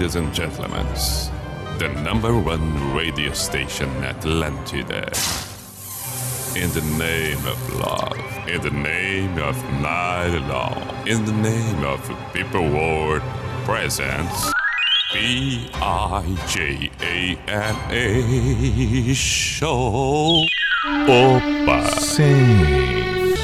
Ladies and gentlemen, the number one radio station Atlantida. In the name of love, in the name of night long, in the name of people world presents P-I-J-A-M-A Show. Opa! Sim.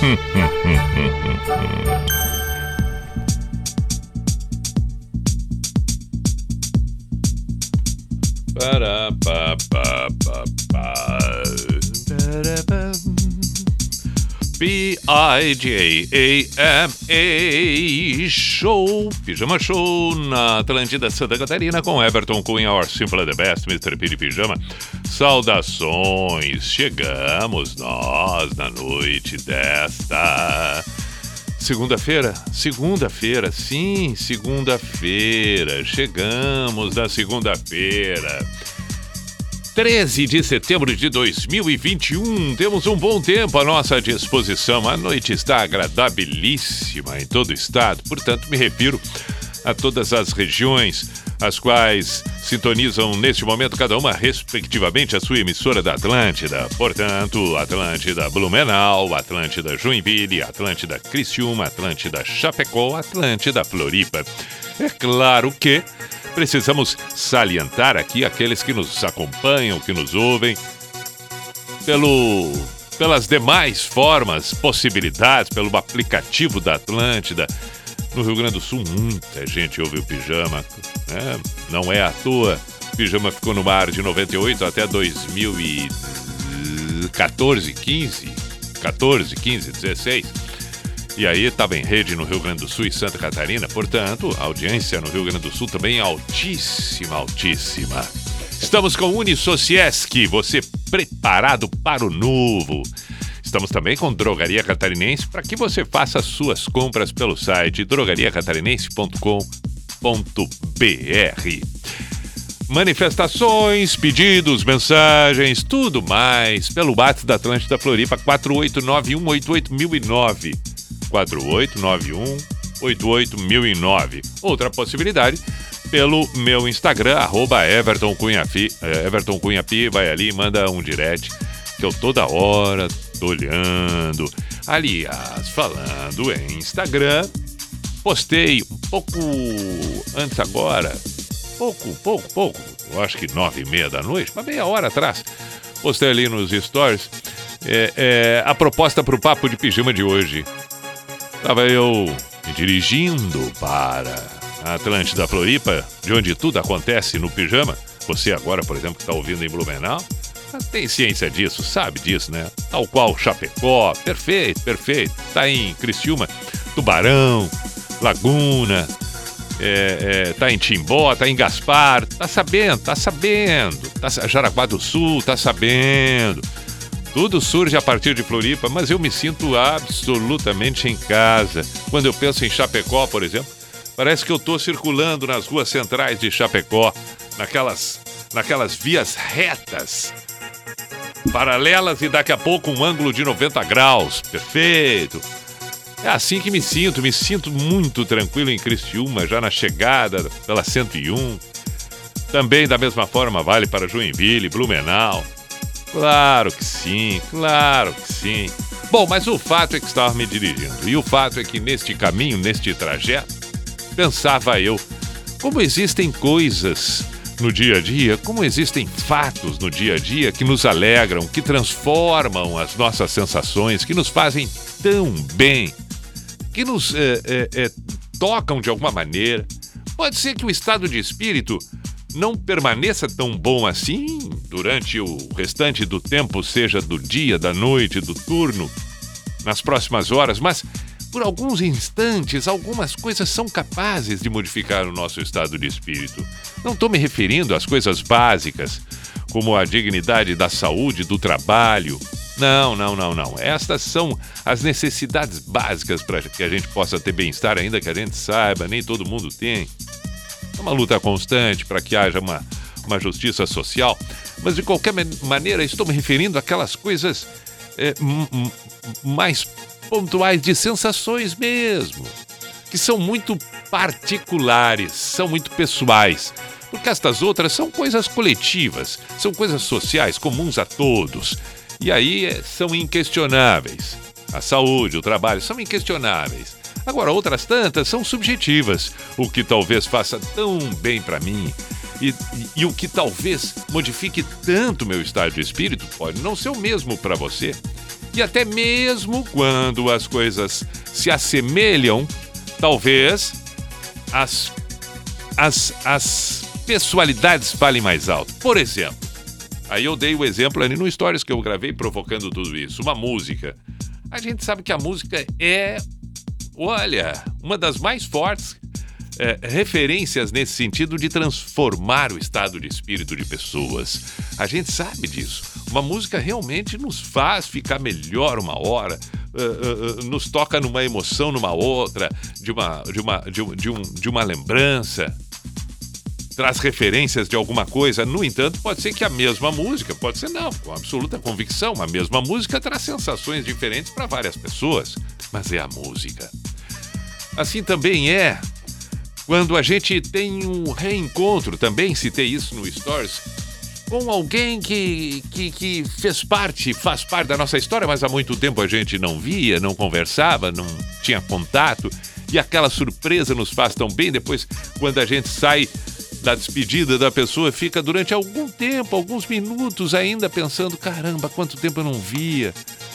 P-I-J-A-M-A Show, Pijama Show na Atlântida Santa Catarina com Everton Cunha, Our Simple the Best, Mr. P de Pijama. Saudações, chegamos nós na noite desta segunda-feira, sim, segunda-feira, chegamos na segunda-feira. 13 de setembro de 2021, temos um bom tempo à nossa disposição. A noite está agradabilíssima em todo o estado, portanto me refiro a todas as regiões as quais sintonizam neste momento cada uma respectivamente a sua emissora da Atlântida. Portanto, Atlântida Blumenau, Atlântida Joinville, Atlântida Criciúma, Atlântida Chapecó, Atlântida Floripa. É claro que precisamos salientar aqui aqueles que nos acompanham, que nos ouvem, pelas demais formas, possibilidades, pelo aplicativo da Atlântida. No Rio Grande do Sul, muita gente ouve o Pijama, né? Não é à toa. O Pijama ficou no ar de 98 até 2014, 15, 16. E aí estava em rede no Rio Grande do Sul e Santa Catarina, portanto, a audiência no Rio Grande do Sul também é altíssima, altíssima. Estamos com Unisociesc, você preparado para o novo. Estamos também com Drogaria Catarinense para que você faça as suas compras pelo site drogariacatarinense.com.br. Manifestações, pedidos, mensagens, tudo mais pelo WhatsApp da Atlântida Floripa 4891881009. 4891881009. Outra possibilidade, pelo meu Instagram, @Everton Cunhapi. Everton Cunhapi, vai ali e manda um direct, que eu toda hora tô olhando. Aliás, falando em Instagram, postei um pouco antes agora, pouco, eu acho que 9h30 da noite, mas meia hora atrás, postei ali nos stories a proposta para o Papo de Pijama de hoje. Estava eu me dirigindo para a Atlântida Floripa, de onde tudo acontece no Pijama. Você agora, por exemplo, que está ouvindo em Blumenau, tem ciência disso, sabe disso, né? Tal qual Chapecó, perfeito. Tá em Criciúma, Tubarão, Laguna, tá em Timbó, tá em Gaspar, tá sabendo. Jaraguá do Sul, tá sabendo. Tudo surge a partir de Floripa, mas eu me sinto absolutamente em casa. Quando eu penso em Chapecó, por exemplo, parece que eu tô circulando nas ruas centrais de Chapecó, naquelas vias retas, paralelas e daqui a pouco um ângulo de 90 graus. Perfeito. É assim que me sinto muito tranquilo em Criciúma, já na chegada pela 101. Também da mesma forma vale para Joinville, Blumenau. Claro que sim. Bom, mas o fato é que estava me dirigindo. E o fato é que neste caminho, neste trajeto, pensava eu, como existem coisas no dia a dia, como existem fatos no dia a dia que nos alegram, que transformam as nossas sensações, que nos fazem tão bem, que nos tocam de alguma maneira. Pode ser que o estado de espírito não permaneça tão bom assim durante o restante do tempo, seja do dia, da noite, do turno, nas próximas horas, mas por alguns instantes, algumas coisas são capazes de modificar o nosso estado de espírito. Não estou me referindo às coisas básicas, como a dignidade da saúde, do trabalho. Não. Estas são as necessidades básicas para que a gente possa ter bem-estar, ainda que a gente saiba, nem todo mundo tem. É uma luta constante para que haja uma justiça social, mas de qualquer maneira estou me referindo àquelas coisas mais pontuais, de sensações mesmo, que são muito particulares, são muito pessoais. Porque estas outras são coisas coletivas, são coisas sociais, comuns a todos. E aí são inquestionáveis. A saúde, o trabalho são inquestionáveis. Agora, outras tantas são subjetivas. O que talvez faça tão bem para mim e o que talvez modifique tanto meu estado de espírito pode não ser o mesmo para você. E até mesmo quando as coisas se assemelham, talvez as pessoalidades falem mais alto. Por exemplo, aí eu dei o exemplo ali no Stories que eu gravei provocando tudo isso. Uma música. A gente sabe que a música é, olha, uma das mais fortes referências nesse sentido de transformar o estado de espírito de pessoas. A gente sabe disso. Uma música realmente nos faz ficar melhor uma hora, nos toca numa emoção, numa outra, de uma lembrança, traz referências de alguma coisa. No entanto, pode ser que a mesma música, pode ser não, com absoluta convicção, a mesma música traz sensações diferentes para várias pessoas, mas é a música. Assim também é quando a gente tem um reencontro, também citei isso no Stories, com alguém que faz parte da nossa história, mas há muito tempo a gente não via, não conversava, não tinha contato, e aquela surpresa nos faz tão bem. Depois, quando a gente sai da despedida da pessoa, fica durante algum tempo, alguns minutos ainda pensando, caramba, quanto tempo eu não via.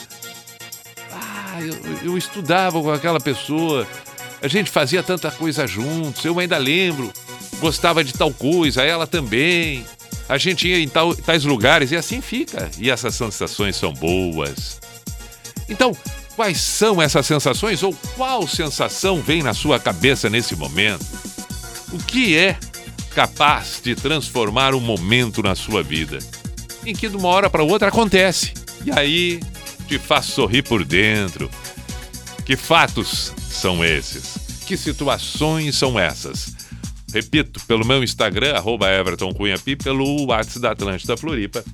Eu estudava com aquela pessoa, a gente fazia tanta coisa juntos, eu ainda lembro, gostava de tal coisa, ela também. A gente ia em tais lugares e assim fica. E essas sensações são boas. Então, quais são essas sensações ou qual sensação vem na sua cabeça nesse momento? O que é capaz de transformar um momento na sua vida? Em que de uma hora para outra acontece. E aí te faz sorrir por dentro. Que fatos são esses? Que situações são essas? Repito, pelo meu Instagram, @EvertonCunhaPi, pelo WhatsApp da Atlântida Floripa,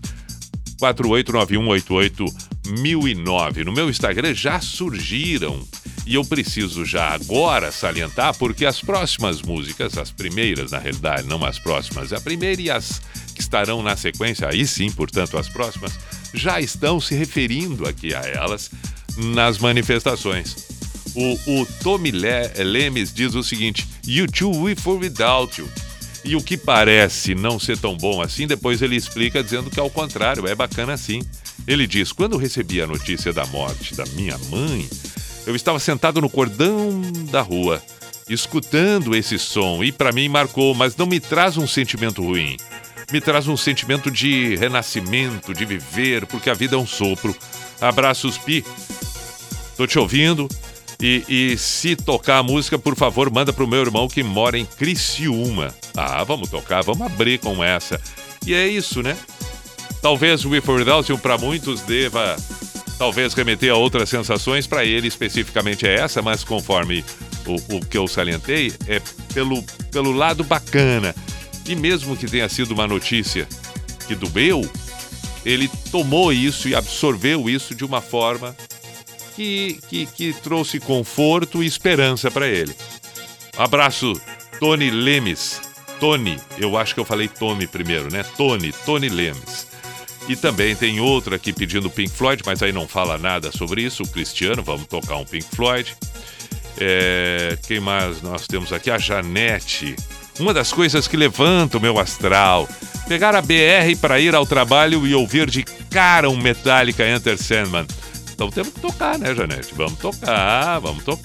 4891881009. No meu Instagram já surgiram, e eu preciso já agora salientar, porque as próximas músicas, as primeiras na realidade, não as próximas, a primeira e as que estarão na sequência, aí sim, portanto, as próximas, já estão se referindo aqui a elas nas manifestações. O Tommy Lemes diz o seguinte: You too, with or without you. E o que parece não ser tão bom assim, depois ele explica dizendo que ao contrário, é bacana assim. Ele diz: quando recebi a notícia da morte da minha mãe, eu estava sentado no cordão da rua, escutando esse som, e para mim marcou, mas não me traz um sentimento ruim. Me traz um sentimento de renascimento, de viver, porque a vida é um sopro. Abraços, Pi. Tô te ouvindo. E se tocar a música, por favor, manda pro meu irmão que mora em Criciúma. Vamos tocar, vamos abrir com essa. E é isso, né? Talvez o With or Without You para muitos deva, talvez, remeter a outras sensações. Para ele, especificamente, é essa, mas conforme o que eu salientei, é pelo lado bacana. E mesmo que tenha sido uma notícia que doeu, ele tomou isso e absorveu isso de uma forma que trouxe conforto e esperança para ele. Abraço, Tony Lemes. Tony, eu acho que eu falei Tommy primeiro, né? Tony Lemes. E também tem outro aqui pedindo Pink Floyd, mas aí não fala nada sobre isso. O Cristiano, vamos tocar um Pink Floyd. Quem mais nós temos aqui? A Janete. Uma das coisas que levanta o meu astral: pegar a BR para ir ao trabalho e ouvir de cara um Metallica Enter Sandman. Então temos que tocar, né, Janete? Vamos tocar.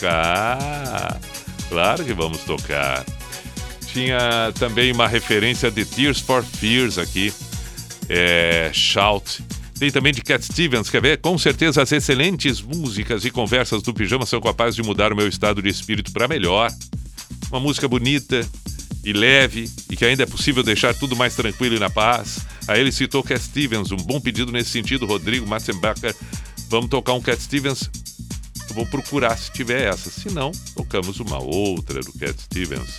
Claro que vamos tocar. Tinha também uma referência de Tears for Fears aqui. Shout. Tem também de Cat Stevens, quer ver? Com certeza as excelentes músicas e conversas do Pijama são capazes de mudar o meu estado de espírito para melhor. Uma música bonita e leve, e que ainda é possível deixar tudo mais tranquilo e na paz. Aí ele citou Cat Stevens, um bom pedido nesse sentido, Rodrigo Matzenbacher. Vamos tocar um Cat Stevens? Eu vou procurar se tiver essa. Se não, tocamos uma outra do Cat Stevens.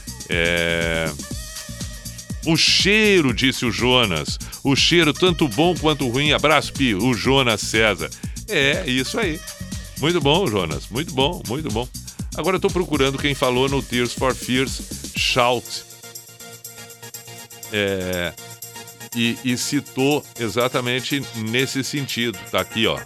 O cheiro, disse o Jonas. O cheiro tanto bom quanto ruim. Abraço, Pi. O Jonas César. Isso aí. Muito bom, Jonas. Muito bom, muito bom. Agora eu tô procurando quem falou no Tears for Fears, Shout. e citou exatamente nesse sentido. Tá aqui, ó.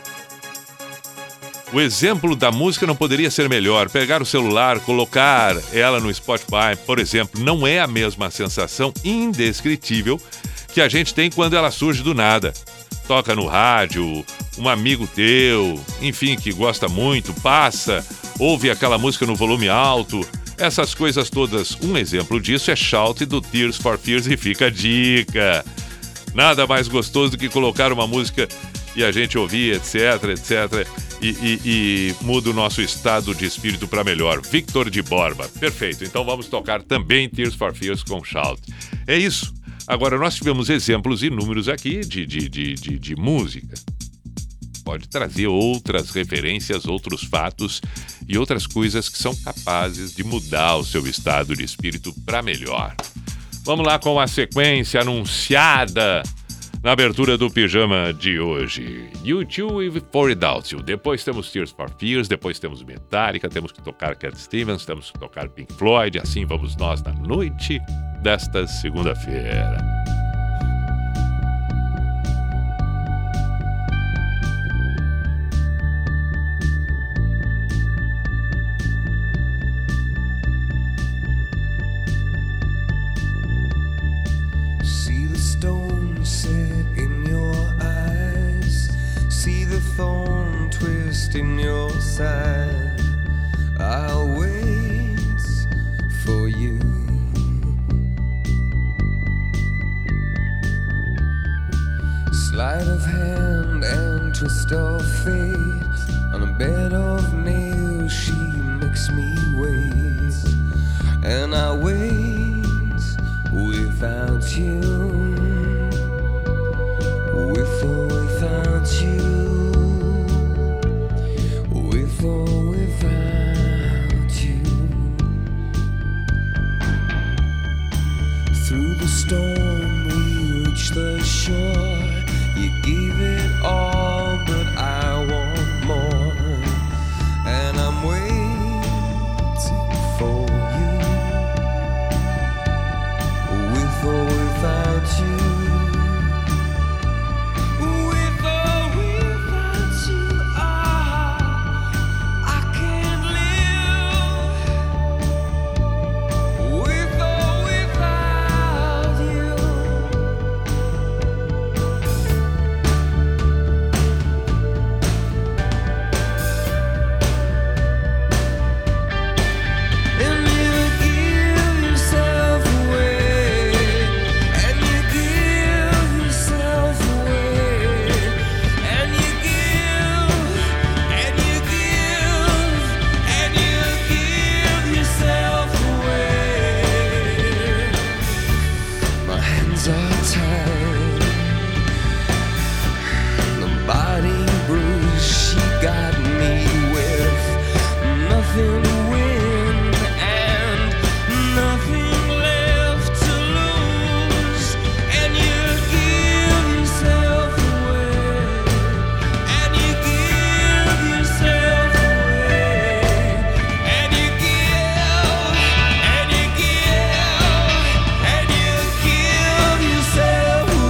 O exemplo da música não poderia ser melhor. Pegar o celular, colocar ela no Spotify, por exemplo, não é a mesma sensação indescritível que a gente tem quando ela surge do nada. Toca no rádio, um amigo teu, enfim, que gosta muito, passa, ouve aquela música no volume alto, essas coisas todas. Um exemplo disso é Shout do Tears for Fears, e fica a dica. Nada mais gostoso do que colocar uma música e a gente ouvir, etc, etc, e muda o nosso estado de espírito para melhor. Victor de Borba. Perfeito. Então vamos tocar também Tears for Fears com Shout. É isso. Agora, nós tivemos exemplos inúmeros aqui de música. Pode trazer outras referências, outros fatos e outras coisas que são capazes de mudar o seu estado de espírito para melhor. Vamos lá com a sequência anunciada na abertura do Pijama de hoje. U2 e For It Out You. Depois temos Tears for Fears, depois temos Metallica, temos que tocar Cat Stevens, temos que tocar Pink Floyd. Assim vamos nós na noite desta segunda-feira. See the stone set in your eyes, see the thorn twist in your side. I'll wait for you. Sleight of hand and twist of fate, on a bed of nails she makes me wait, and I wait without you, with or without you, with or without you. Through the storm we reach the shore. You gave it all, but I want more, and I'm waiting for you, with or without you, with or without you. I can't live with or without you. And you give yourself away, and you give yourself away, and you give, and you give, and you give yourself away. My hands are tied, the body bruised. She got me with nothing to win and nothing left to lose. And you give yourself away, and you give yourself away, and you give, and you give, and you give yourself away.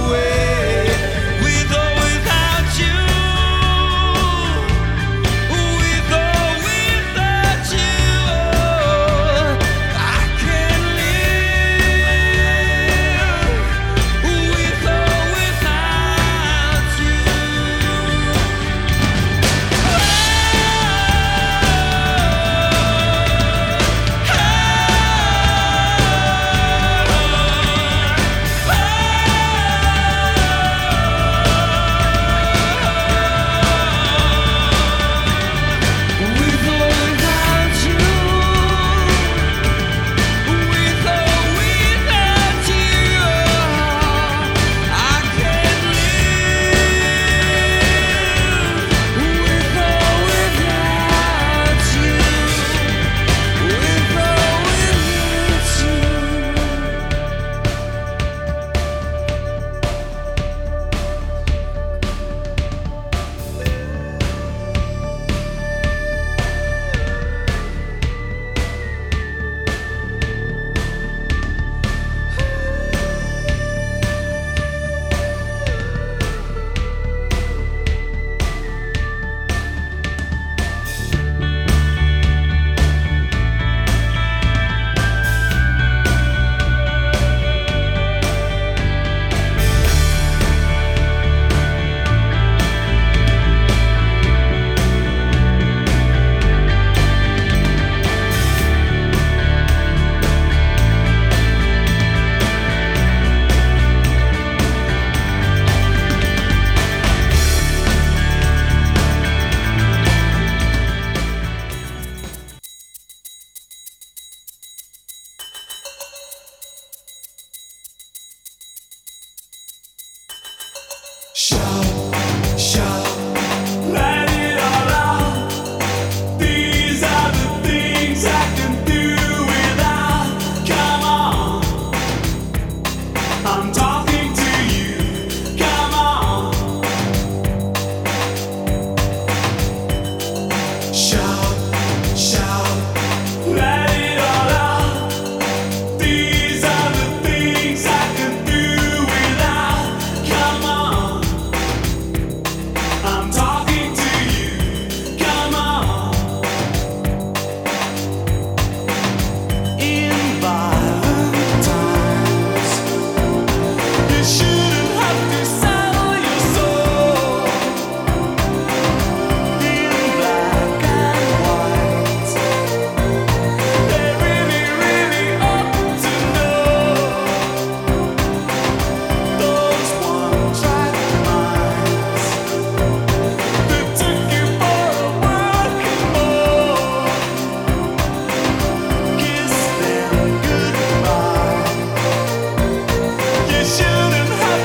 You shouldn't have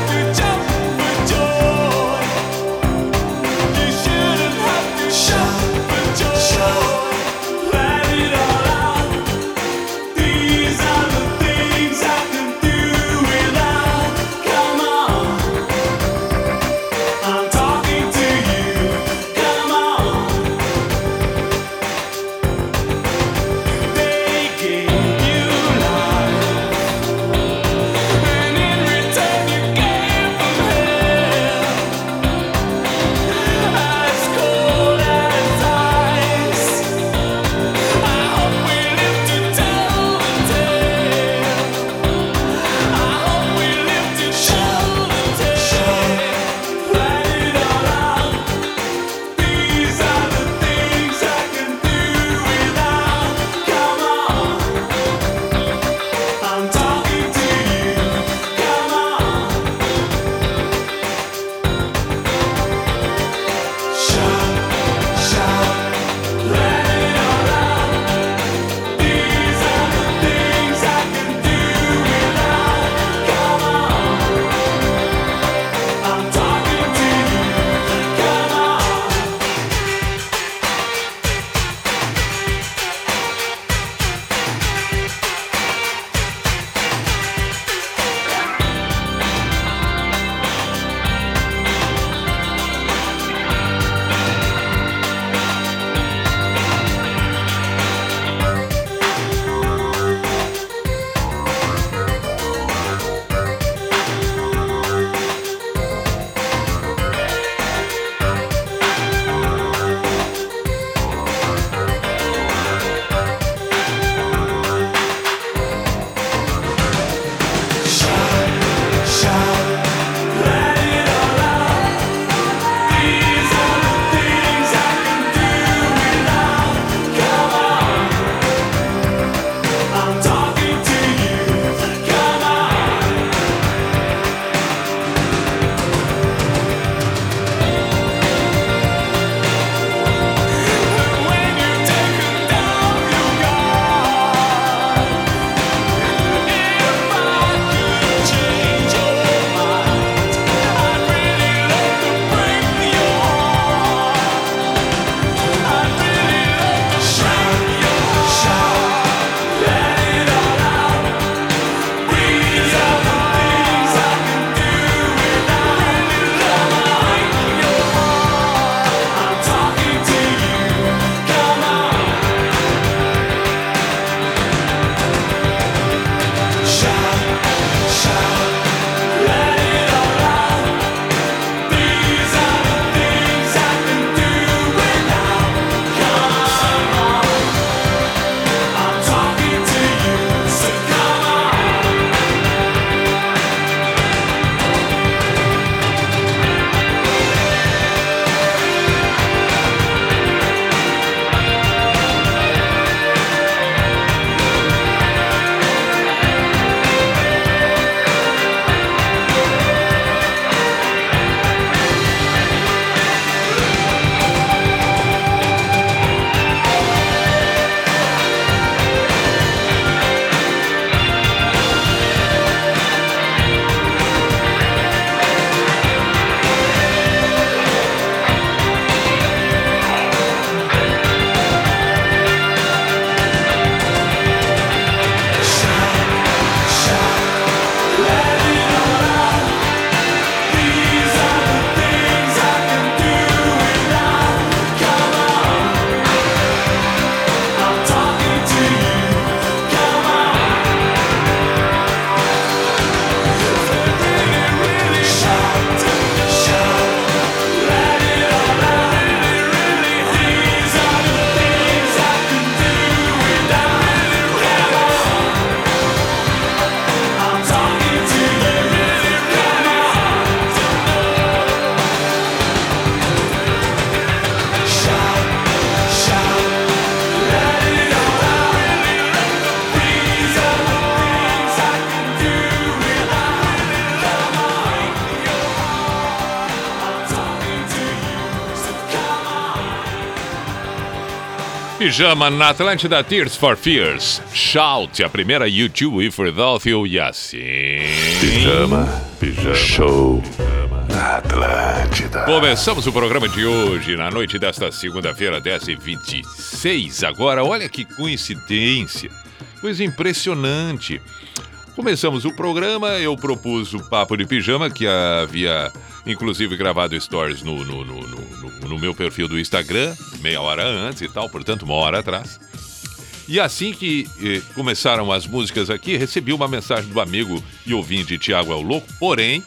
Pijama na Atlântida, Tears for Fears. Shout, a primeira YouTube with Without You e assim. Pijama Show na Atlântida. Começamos o programa de hoje, na noite desta segunda-feira, 10h26. Agora, olha que coincidência, coisa impressionante. Começamos o programa, eu propus o Papo de Pijama, que havia inclusive gravado stories no meu perfil do Instagram, meia hora antes e tal, portanto, uma hora atrás. E assim que começaram as músicas aqui, recebi uma mensagem do amigo e ouvinte Thiago El Louco, porém,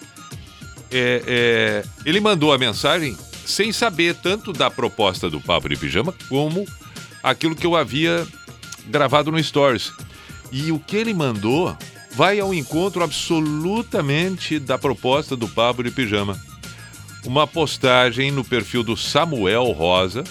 ele mandou a mensagem sem saber tanto da proposta do Papo de Pijama, como aquilo que eu havia gravado no Stories. E o que ele mandou vai ao encontro absolutamente da proposta do Papo de Pijama. Uma postagem no perfil do Samuel Rosa,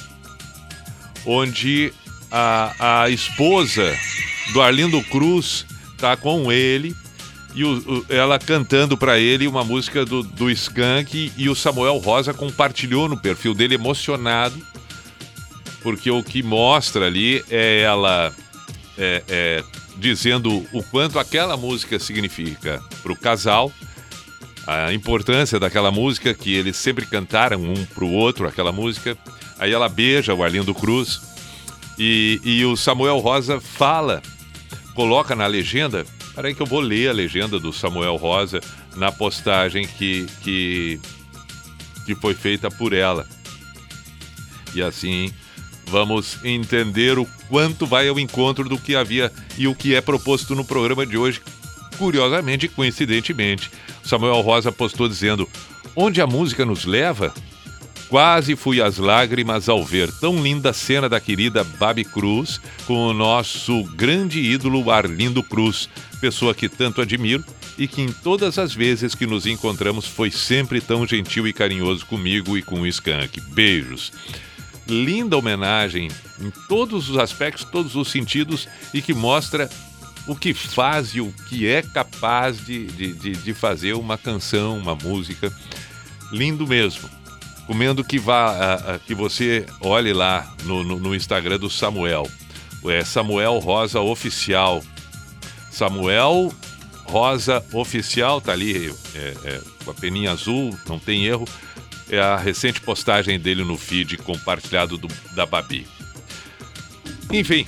onde a esposa do Arlindo Cruz está com ele e ela cantando para ele uma música do Skank, e o Samuel Rosa compartilhou no perfil dele emocionado, porque o que mostra ali é ela dizendo o quanto aquela música significa para o casal, a importância daquela música, que eles sempre cantaram um para o outro aquela música. Aí ela beija o Arlindo Cruz e o Samuel Rosa coloca na legenda, peraí que eu vou ler a legenda do Samuel Rosa na postagem que foi feita por ela. E assim vamos entender o quanto vai ao encontro do que havia e o que é proposto no programa de hoje. Curiosamente e coincidentemente, Samuel Rosa postou dizendo: onde a música nos leva, quase fui às lágrimas ao ver tão linda cena da querida Babi Cruz com o nosso grande ídolo Arlindo Cruz, pessoa que tanto admiro e que em todas as vezes que nos encontramos foi sempre tão gentil e carinhoso comigo e com o Skank. Beijos. Linda homenagem em todos os aspectos, todos os sentidos, e que mostra o que faz e o que é capaz de fazer uma canção, uma música. Lindo mesmo. Recomendo que você olhe lá no Instagram do Samuel. É Samuel Rosa Oficial. Samuel Rosa Oficial, tá ali com a peninha azul, não tem erro. É a recente postagem dele no feed compartilhado da Babi. Enfim,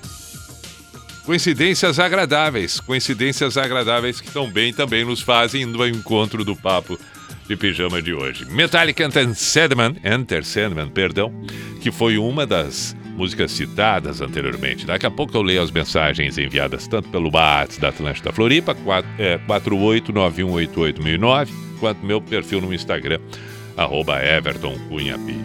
coincidências agradáveis que também nos fazem no encontro do Papo de Pijama de hoje. Metallica Enter Sandman, que foi uma das músicas citadas anteriormente. Daqui a pouco eu leio as mensagens enviadas tanto pelo WhatsApp da Atlântida Floripa, 489188009, quanto meu perfil no Instagram, @EvertonCunhaP.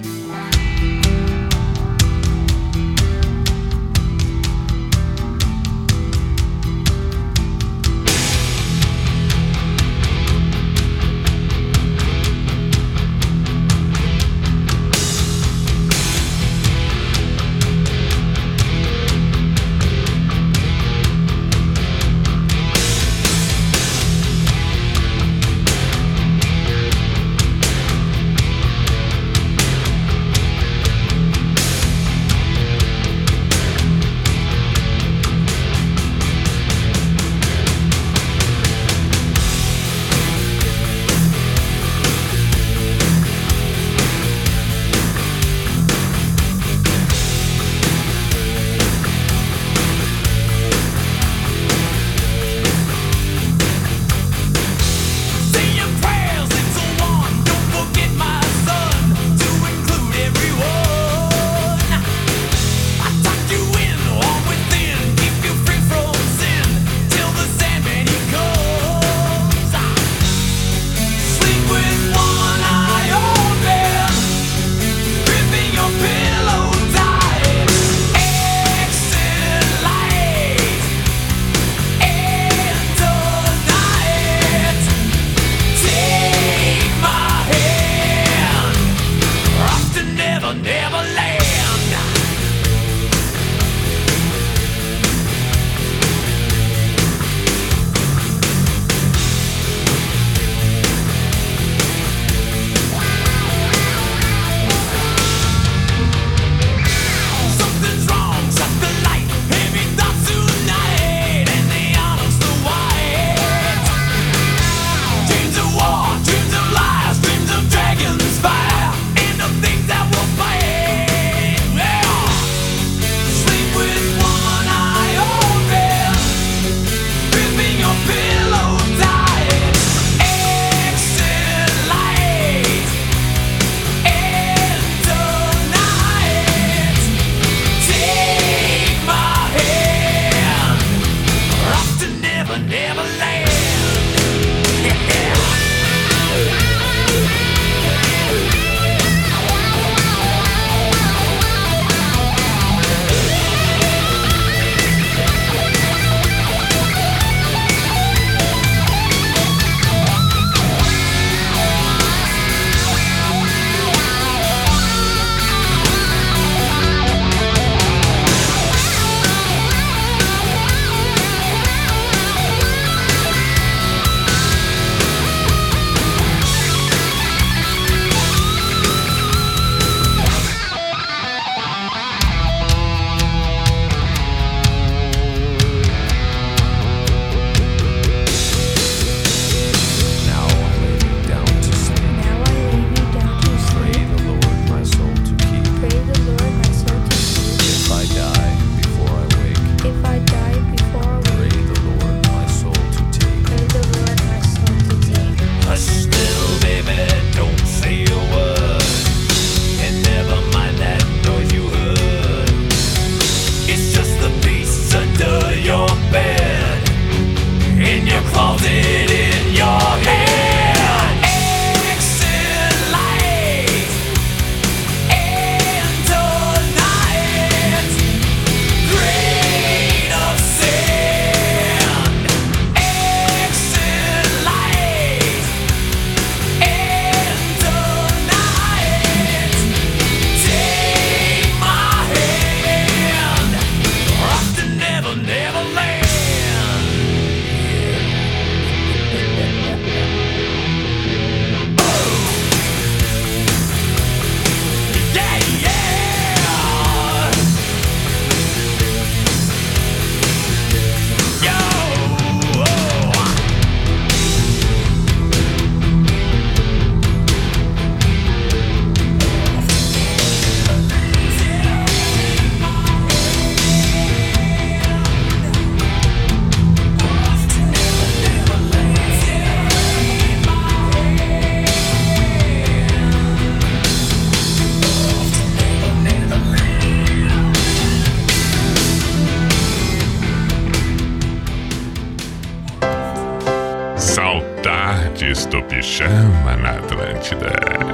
Saudades do Pijama na Atlântida.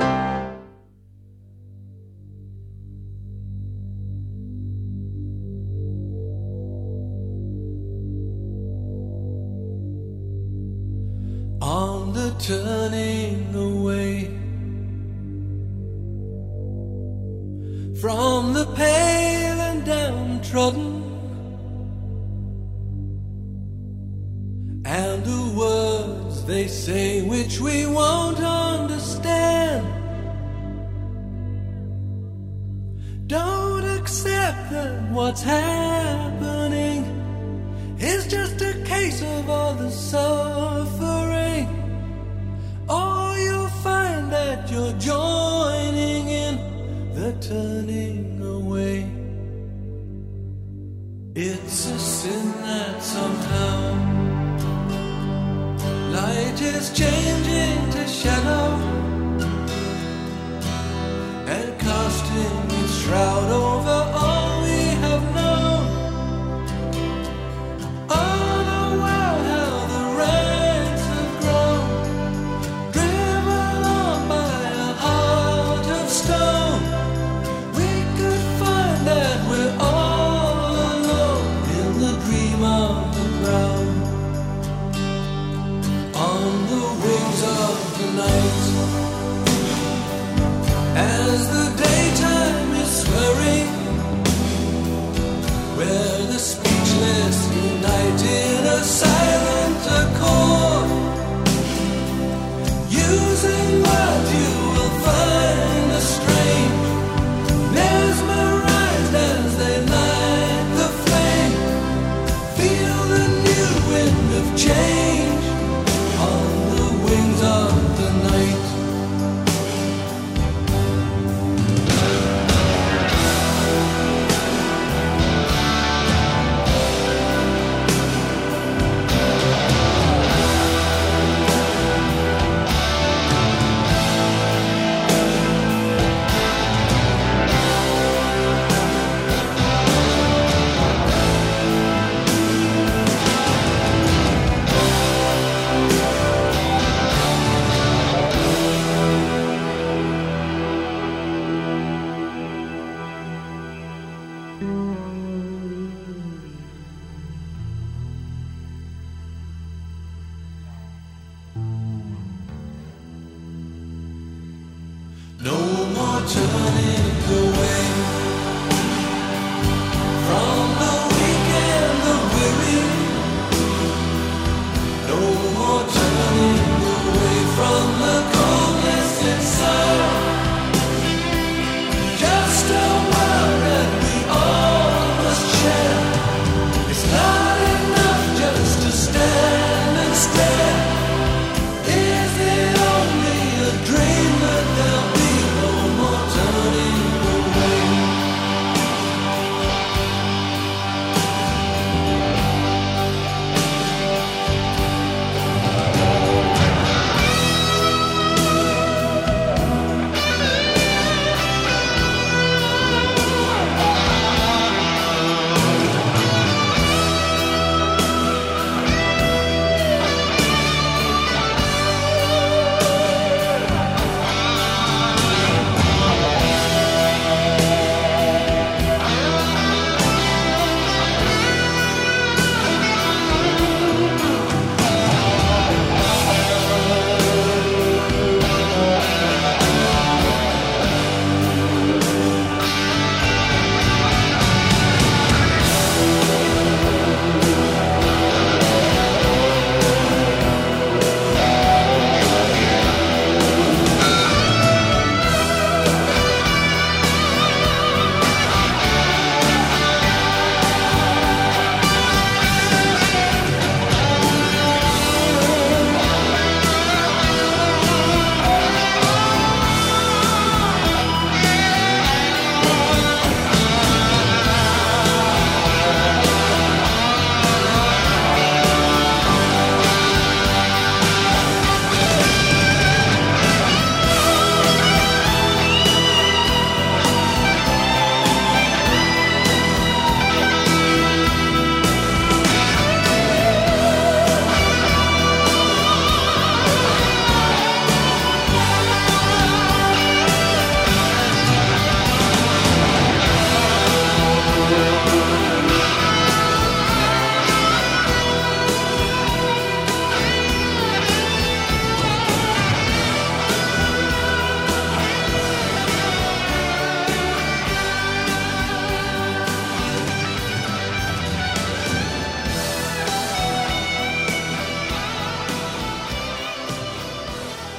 On the turning away from the pale and downtrodden, and the words they say which we won't understand. Don't accept that what's happening is just a case of all the suffering, or you'll find that you're joining in the turning away. It's a sin that somehow light is changing to shadow and casting its shroud over all we have known. Oh, the world, how the ranks have grown, driven on by a heart of stone. We could find that we're all alone in the dream of the ground. On the wings of the night, as the daytime is swirling, where the speechless unite in a silent accord, using words you will find a strange, mesmerized as they light the flame. Feel the new wind of change on the wings of the night. No more turning away from the weak and the weary. No more turning away from the coldness inside. Just a world that we all must share. It's not enough just to stand and stare. Is it only a dream that there'll be no more turning away?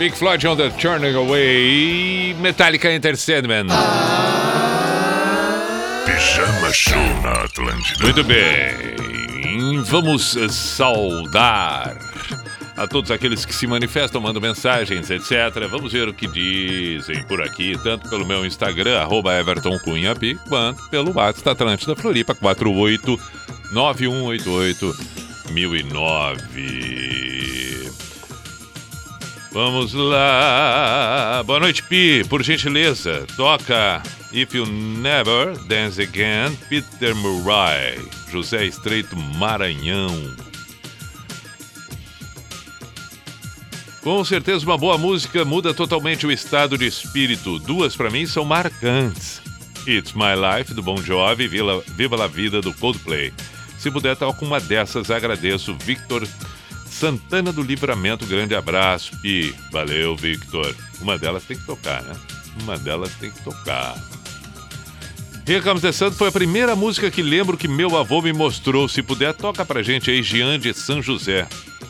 Pink Floyd on the Turning Away, Metallica Enter Sandman. Pijama Show na Atlântida. Muito bem, vamos saudar a todos aqueles que se manifestam, mandam mensagens, etc. Vamos ver o que dizem por aqui, tanto pelo meu Instagram, @EvertonCunhaPi, quanto pelo WhatsApp da Atlântida Floripa, 4891881009. Vamos lá. Boa noite, Pi. Por gentileza, toca If You Never Dance Again, Peter Murray, José Estreito, Maranhão. Com certeza uma boa música muda totalmente o estado de espírito. Duas pra mim são marcantes. It's My Life, do Bon Jovi, e Viva la Vida, do Coldplay. Se puder, toca uma dessas, agradeço. Victor Santana do Livramento, grande abraço. E valeu, Victor. Uma delas tem que tocar, né? Uma delas tem que tocar. Here Comes the Sun foi a primeira música que lembro que meu avô me mostrou. Se puder, toca pra gente aí, Jean de São José.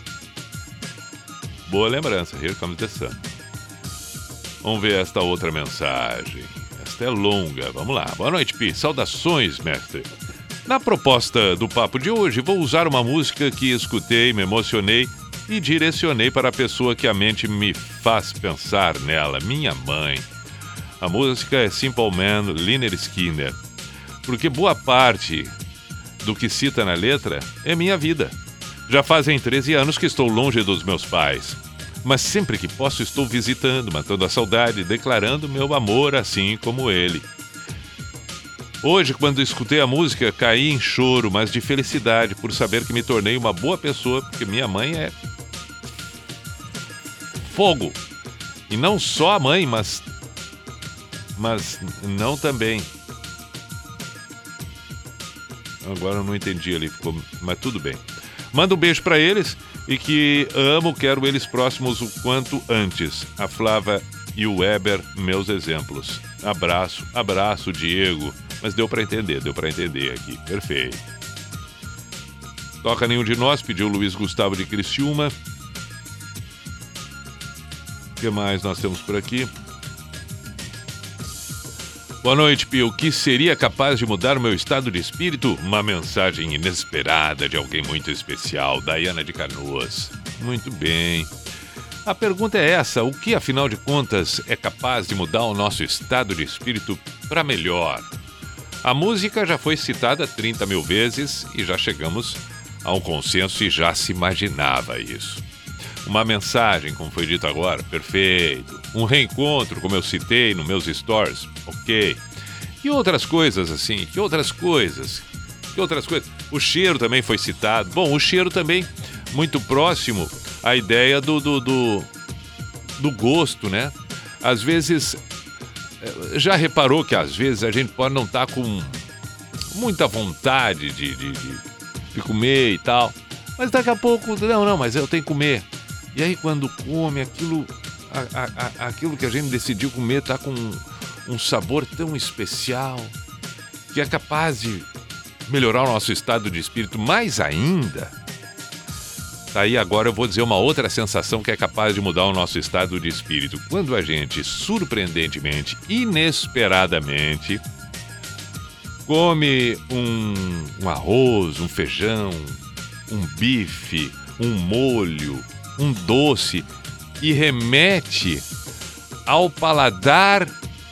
Boa lembrança, Here Comes the Sun. Vamos ver esta outra mensagem. Esta é longa, vamos lá. Boa noite, Pi. Saudações, mestre. Na proposta do papo de hoje, vou usar uma música que escutei, me emocionei e direcionei para a pessoa que a mente me faz pensar nela, minha mãe. A música é Simple Man, Lynyrd Skynyrd, porque boa parte do que cita na letra é minha vida. Já fazem 13 anos que estou longe dos meus pais, mas sempre que posso estou visitando, matando a saudade, declarando meu amor assim como ele. Hoje, quando escutei a música, caí em choro, mas de felicidade por saber que me tornei uma boa pessoa, porque minha mãe é fogo. E não só a mãe, mas não também. Agora eu não entendi ali, mas tudo bem. Manda um beijo pra eles e que amo, quero eles próximos o quanto antes. A Flávia e o Weber, meus exemplos. Abraço, Diego. Mas deu pra entender aqui. Perfeito. Toca Nenhum de Nós, pediu o Luiz Gustavo de Criciúma. O que mais nós temos por aqui? Boa noite, Pio. O que seria capaz de mudar o meu estado de espírito? Uma mensagem inesperada de alguém muito especial, Daiana de Canoas. Muito bem. A pergunta é essa: o que, afinal de contas, é capaz de mudar o nosso estado de espírito para melhor? A música já foi citada 30 mil vezes e já chegamos a um consenso e já se imaginava isso. Uma mensagem, como foi dito agora, perfeito. Um reencontro, como eu citei nos meus stories, ok. E outras coisas assim, que outras coisas. O cheiro também foi citado. Bom, o cheiro também muito próximo à ideia do gosto, né? Às vezes, já reparou que às vezes a gente pode não estar com muita vontade de comer e tal. Mas daqui a pouco, não, mas eu tenho que comer. E aí quando come aquilo que a gente decidiu comer tá com um sabor tão especial que é capaz de melhorar o nosso estado de espírito mais ainda. Tá aí, agora eu vou dizer uma outra sensação que é capaz de mudar o nosso estado de espírito. Quando a gente, surpreendentemente, inesperadamente, come um arroz, um feijão, um bife, um molho, um doce e remete ao paladar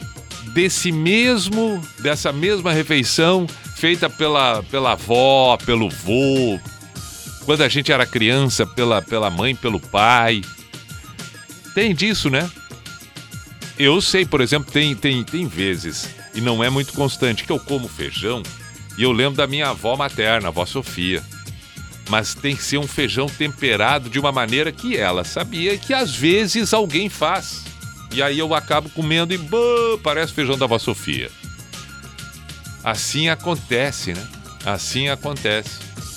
dessa mesma refeição feita pela avó, pelo vô, quando a gente era criança, pela mãe, pelo pai. Tem disso, né? Eu sei, por exemplo, tem vezes, e não é muito constante, que eu como feijão e eu lembro da minha avó materna, a avó Sofia. Mas tem que ser um feijão temperado de uma maneira que ela sabia que às vezes alguém faz. E aí eu acabo comendo e parece feijão da avó Sofia. Assim acontece, né? Assim acontece.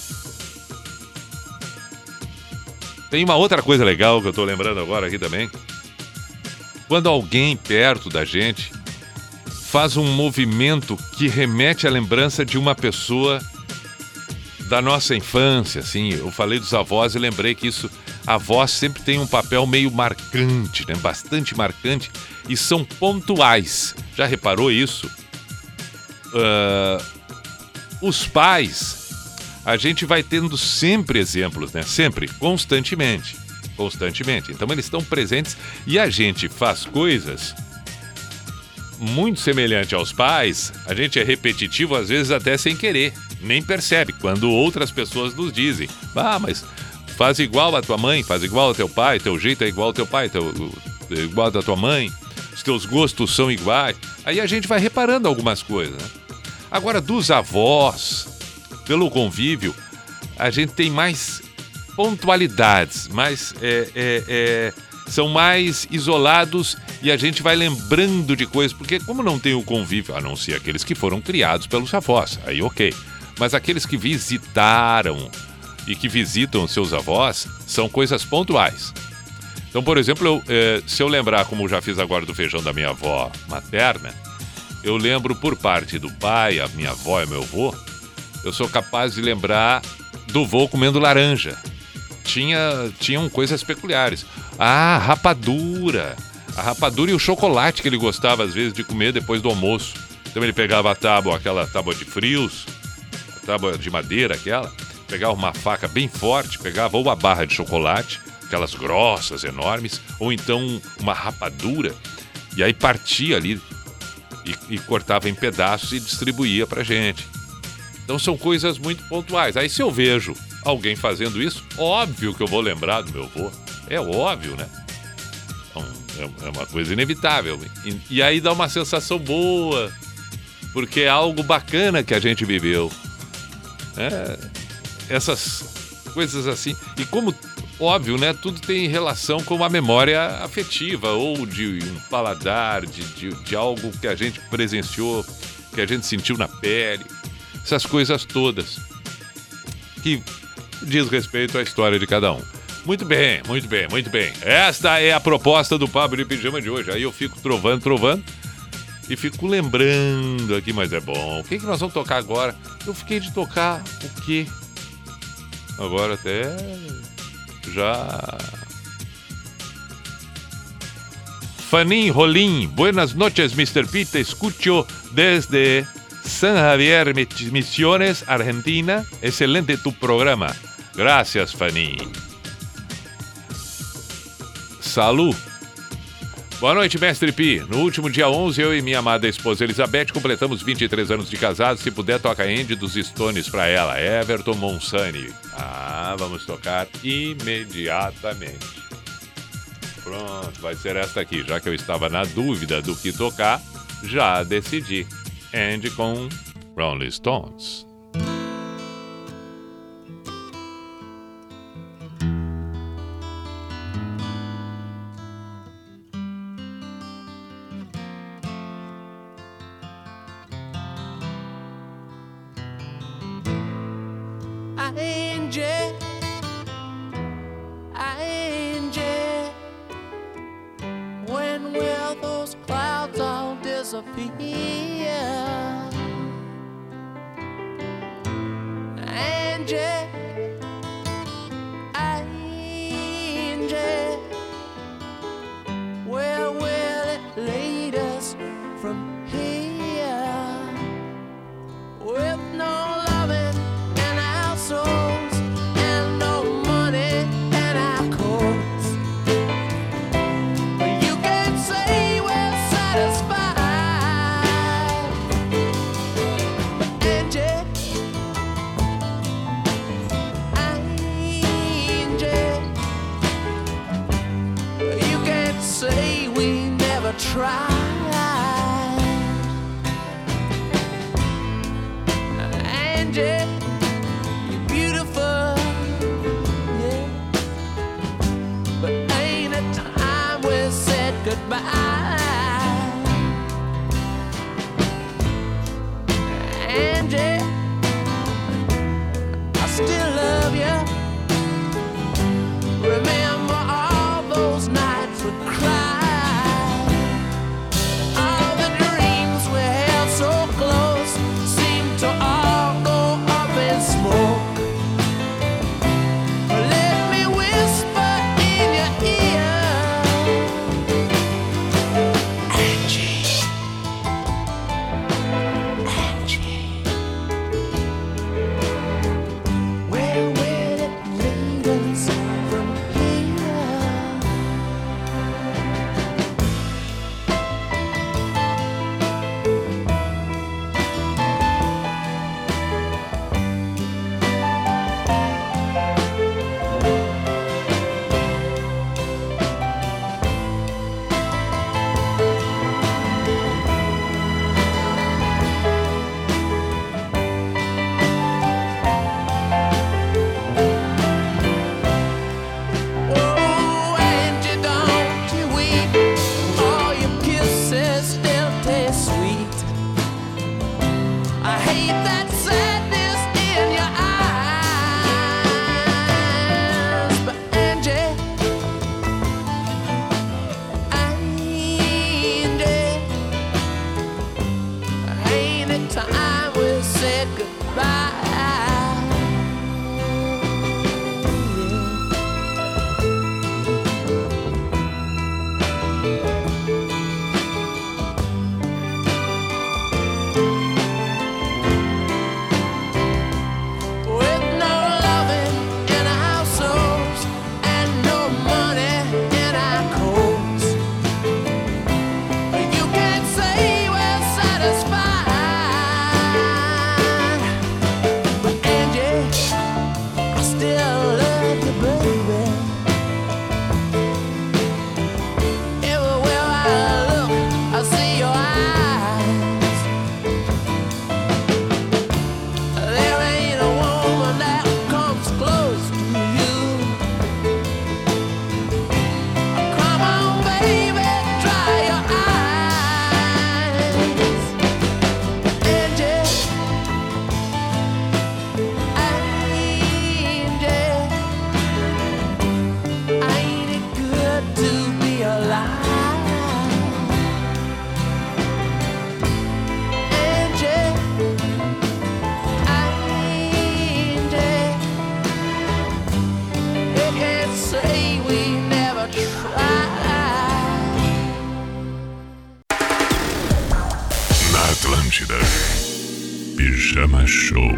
Tem uma outra coisa legal que eu tô lembrando agora aqui também. Quando alguém perto da gente faz um movimento que remete à lembrança de uma pessoa da nossa infância, assim. Eu falei dos avós e lembrei que isso a voz sempre tem um papel meio marcante, né? Bastante marcante, e são pontuais. Já reparou isso? Os pais, a gente vai tendo sempre exemplos, né? Sempre, constantemente. Então eles estão presentes e a gente faz coisas muito semelhantes aos pais, a gente é repetitivo às vezes até sem querer, nem percebe quando outras pessoas nos dizem: mas faz igual a tua mãe, faz igual ao teu pai, teu jeito é igual ao teu pai, igual ao da tua mãe, os teus gostos são iguais. Aí a gente vai reparando algumas coisas, né? Agora, dos avós, pelo convívio, a gente tem mais pontualidades, são mais isolados e a gente vai lembrando de coisas, porque como não tem o convívio, a não ser aqueles que foram criados pelos avós, aí ok, mas aqueles que visitaram e que visitam seus avós, são coisas pontuais. Então, por exemplo, se eu lembrar, como eu já fiz agora do feijão da minha avó materna, eu lembro por parte do pai, a minha avó e meu avô, eu sou capaz de lembrar do vô comendo laranja. Tinham coisas peculiares. A rapadura e o chocolate que ele gostava às vezes de comer depois do almoço. Então ele pegava aquela tábua de frios, a tábua de madeira pegava uma faca bem forte, pegava ou a barra de chocolate, aquelas grossas, enormes, ou então uma rapadura, e aí partia ali e cortava em pedaços e distribuía pra gente. Então são coisas muito pontuais. Aí se eu vejo alguém fazendo isso, óbvio que eu vou lembrar do meu avô. É óbvio, né? É uma coisa inevitável. E aí dá uma sensação boa, porque é algo bacana que a gente viveu. Essas coisas assim. E como, óbvio, né? Tudo tem relação com a memória afetiva, ou de um paladar, de algo que a gente presenciou, que a gente sentiu na pele. Essas coisas todas que diz respeito à história de cada um. Muito bem. Esta é a proposta do Papo de Pijama de hoje. Aí eu fico trovando e fico lembrando aqui, mas é bom. O que nós vamos tocar agora? Eu fiquei de tocar o quê? Agora até já... Fanin Rolim, buenas noches, Mr. P. Te escucho desde San Javier, Misiones, Argentina. Excelente tu programa. Gracias, Fanny. Salud. Boa noite, Mestre Pi. No último dia 11, eu e minha amada esposa Elizabeth completamos 23 anos de casados. Se puder, toca Andy dos Stones pra ela. Everton Monsani. Vamos tocar imediatamente. Pronto, vai ser esta aqui. Já que eu estava na dúvida do que tocar, já decidi. Andy com Rolling Stones. When will those clouds all disappear? Angie, where will it lead us from here? With no loving in our souls and no money in our coats, you can't say we're satisfied. Angie, you can't say we never tried. Angie, you're beautiful, yeah, but ain't it time we said goodbye? Angie, I still love you. Remember all those nights we cried, all the dreams we held so close seemed to all go up in smoke. Let me whisper Atlântida. Pijama Show.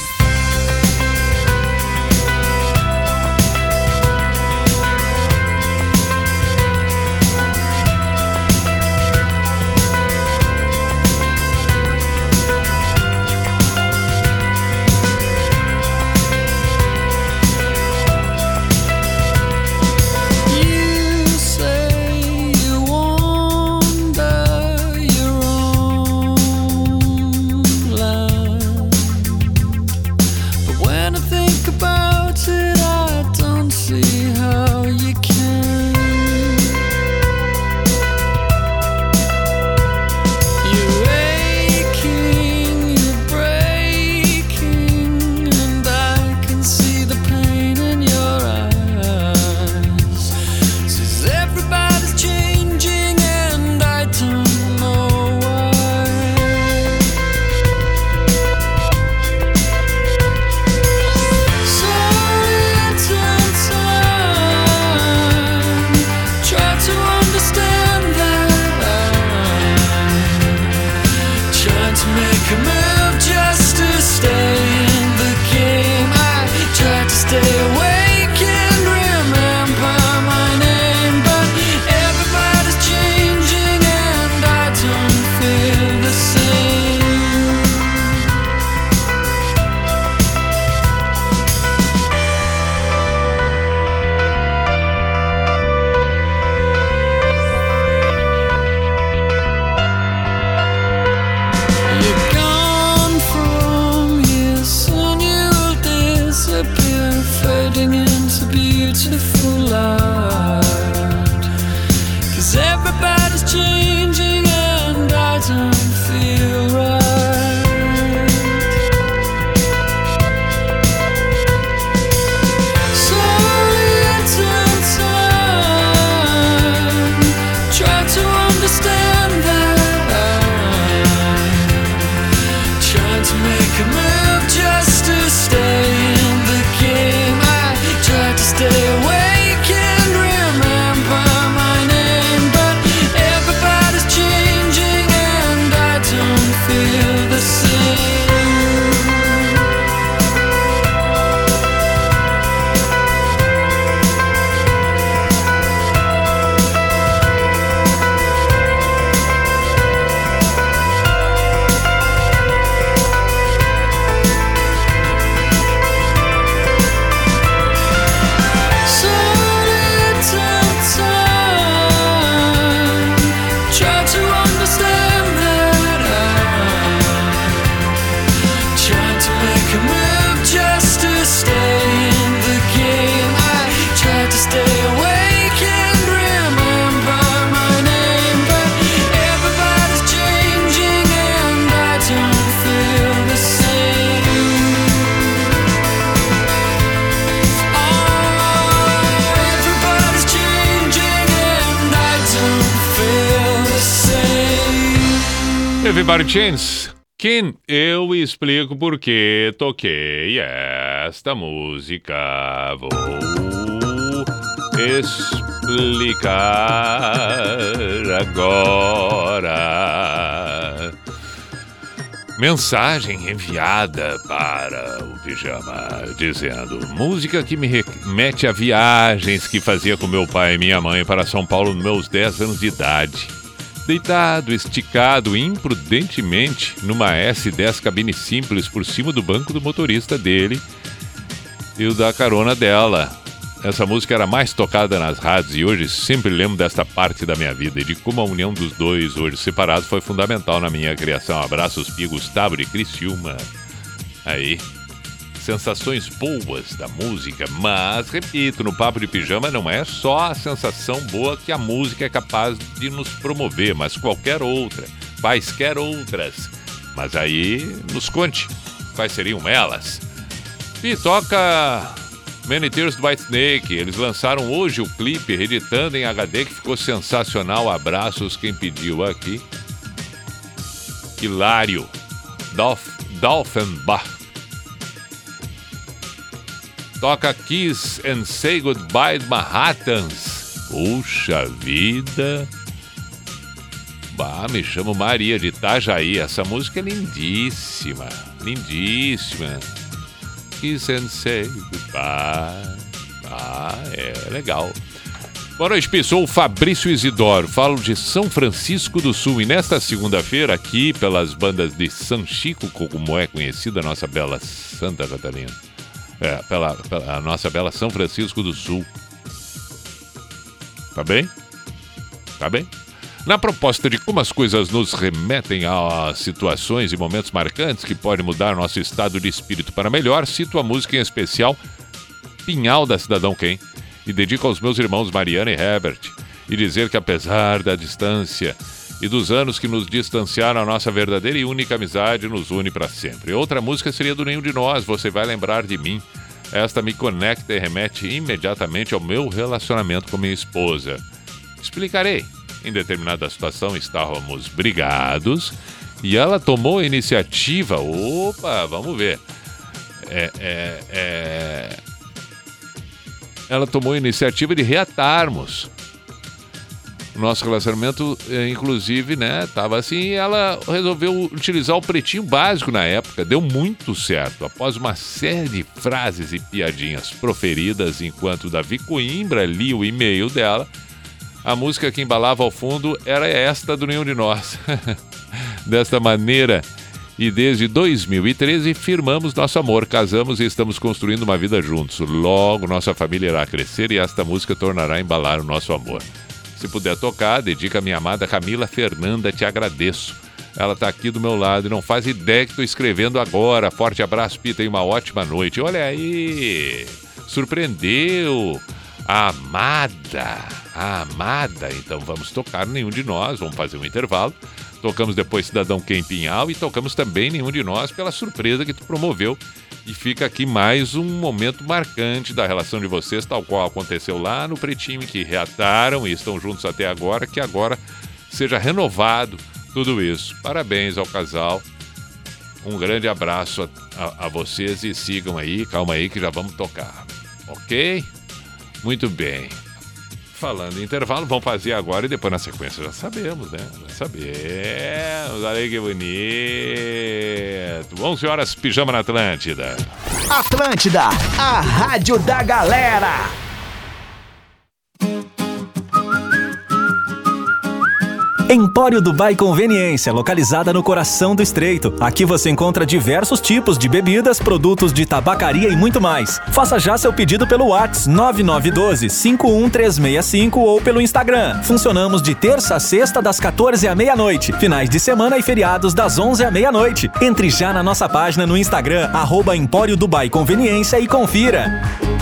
Everybody Chance. Kim, eu explico por que toquei esta música. Vou explicar agora. Mensagem enviada para o Pijama, dizendo: música que me remete a viagens que fazia com meu pai e minha mãe para São Paulo nos meus 10 anos de idade. Deitado, esticado imprudentemente numa S10 cabine simples por cima do banco do motorista dele e o da carona dela. Essa música era mais tocada nas rádios e hoje sempre lembro desta parte da minha vida e de como a união dos dois, hoje separados, foi fundamental na minha criação. Abraços, Pia, Gustavo de Criciúma. Aí, sensações boas da música, mas, repito, no Papo de Pijama não é só a sensação boa que a música é capaz de nos promover, mas quaisquer outras. Mas aí, nos conte, quais seriam elas? E toca Many Tears do Whitesnake. Eles lançaram hoje o clipe, reeditando em HD, que ficou sensacional. Abraços, quem pediu aqui. Hilário. Dolphinbach. Toca Kiss and Say Goodbye Manhattans. Puxa vida. Me chamo Maria de Itajaí. Essa música é lindíssima. Lindíssima. Kiss and say goodbye. É legal. Boa noite, pessoal. Sou o Fabrício Isidoro. Falo de São Francisco do Sul. E nesta segunda-feira, aqui pelas bandas de São Chico, como é conhecida a nossa bela Santa Catarina. Pela a nossa bela São Francisco do Sul. Tá bem? Tá bem? Na proposta de como as coisas nos remetem a situações e momentos marcantes que podem mudar nosso estado de espírito para melhor, cito a música em especial Pinhal da Cidadão Quem e dedico aos meus irmãos Mariana e Herbert e dizer que apesar da distância e dos anos que nos distanciaram, a nossa verdadeira e única amizade nos une para sempre. Outra música seria do Nenhum de Nós, Você Vai Lembrar de Mim. Esta me conecta e remete imediatamente ao meu relacionamento com minha esposa. Explicarei. Em determinada situação estávamos brigados e ela tomou a iniciativa. Opa, vamos ver. Ela tomou a iniciativa de reatarmos. O nosso relacionamento, inclusive, né, tava assim, e ela resolveu utilizar o pretinho básico na época. Deu muito certo. Após uma série de frases e piadinhas proferidas enquanto Davi Coimbra lia o e-mail dela, a música que embalava ao fundo era esta do Nenhum de Nós. Desta maneira, e desde 2013 firmamos nosso amor, casamos e estamos construindo uma vida juntos. Logo, nossa família irá crescer e esta música tornará a embalar o nosso amor. Se puder tocar, dedica a minha amada Camila Fernanda, te agradeço. Ela está aqui do meu lado e não faz ideia que estou escrevendo agora. Forte abraço, Pita, e uma ótima noite. Olha aí, surpreendeu. A amada, então vamos tocar Nenhum de Nós, vamos fazer um intervalo. Tocamos depois Cidadão Quem Pinhal e tocamos também Nenhum de Nós pela surpresa que tu promoveu. E fica aqui mais um momento marcante da relação de vocês, tal qual aconteceu lá no Pretinho, que reataram e estão juntos até agora, que agora seja renovado tudo isso. Parabéns ao casal, um grande abraço a vocês e sigam aí, calma aí que já vamos tocar, ok? Muito bem. Falando em intervalo, vamos fazer agora e depois na sequência já sabemos, né? Já sabemos. Olha aí que bonito. Bom, senhoras, Pijama na Atlântida. Atlântida, a rádio da galera. Empório Dubai Conveniência, localizada no coração do Estreito. Aqui você encontra diversos tipos de bebidas, produtos de tabacaria e muito mais. Faça já seu pedido pelo WhatsApp 9912-51365 ou pelo Instagram. Funcionamos de terça a sexta das 14 à meia-noite, finais de semana e feriados das 11 à meia-noite. Entre já na nossa página no Instagram, @Empório Dubai Conveniência e confira.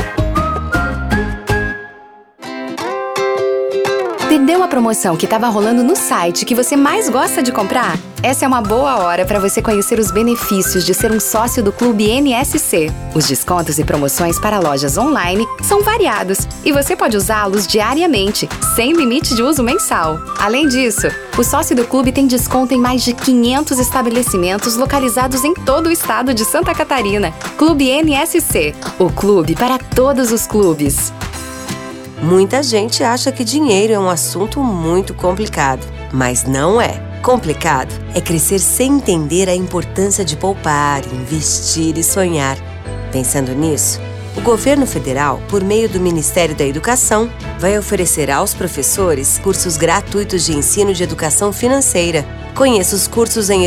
Perdeu a promoção que estava rolando no site que você mais gosta de comprar? Essa é uma boa hora para você conhecer os benefícios de ser um sócio do Clube NSC. Os descontos e promoções para lojas online são variados e você pode usá-los diariamente, sem limite de uso mensal. Além disso, o sócio do clube tem desconto em mais de 500 estabelecimentos localizados em todo o estado de Santa Catarina. Clube NSC, o clube para todos os clubes. Muita gente acha que dinheiro é um assunto muito complicado, mas não é. Complicado é crescer sem entender a importância de poupar, investir e sonhar. Pensando nisso, o governo federal, por meio do Ministério da Educação, vai oferecer aos professores cursos gratuitos de ensino de educação financeira. Conheça os cursos em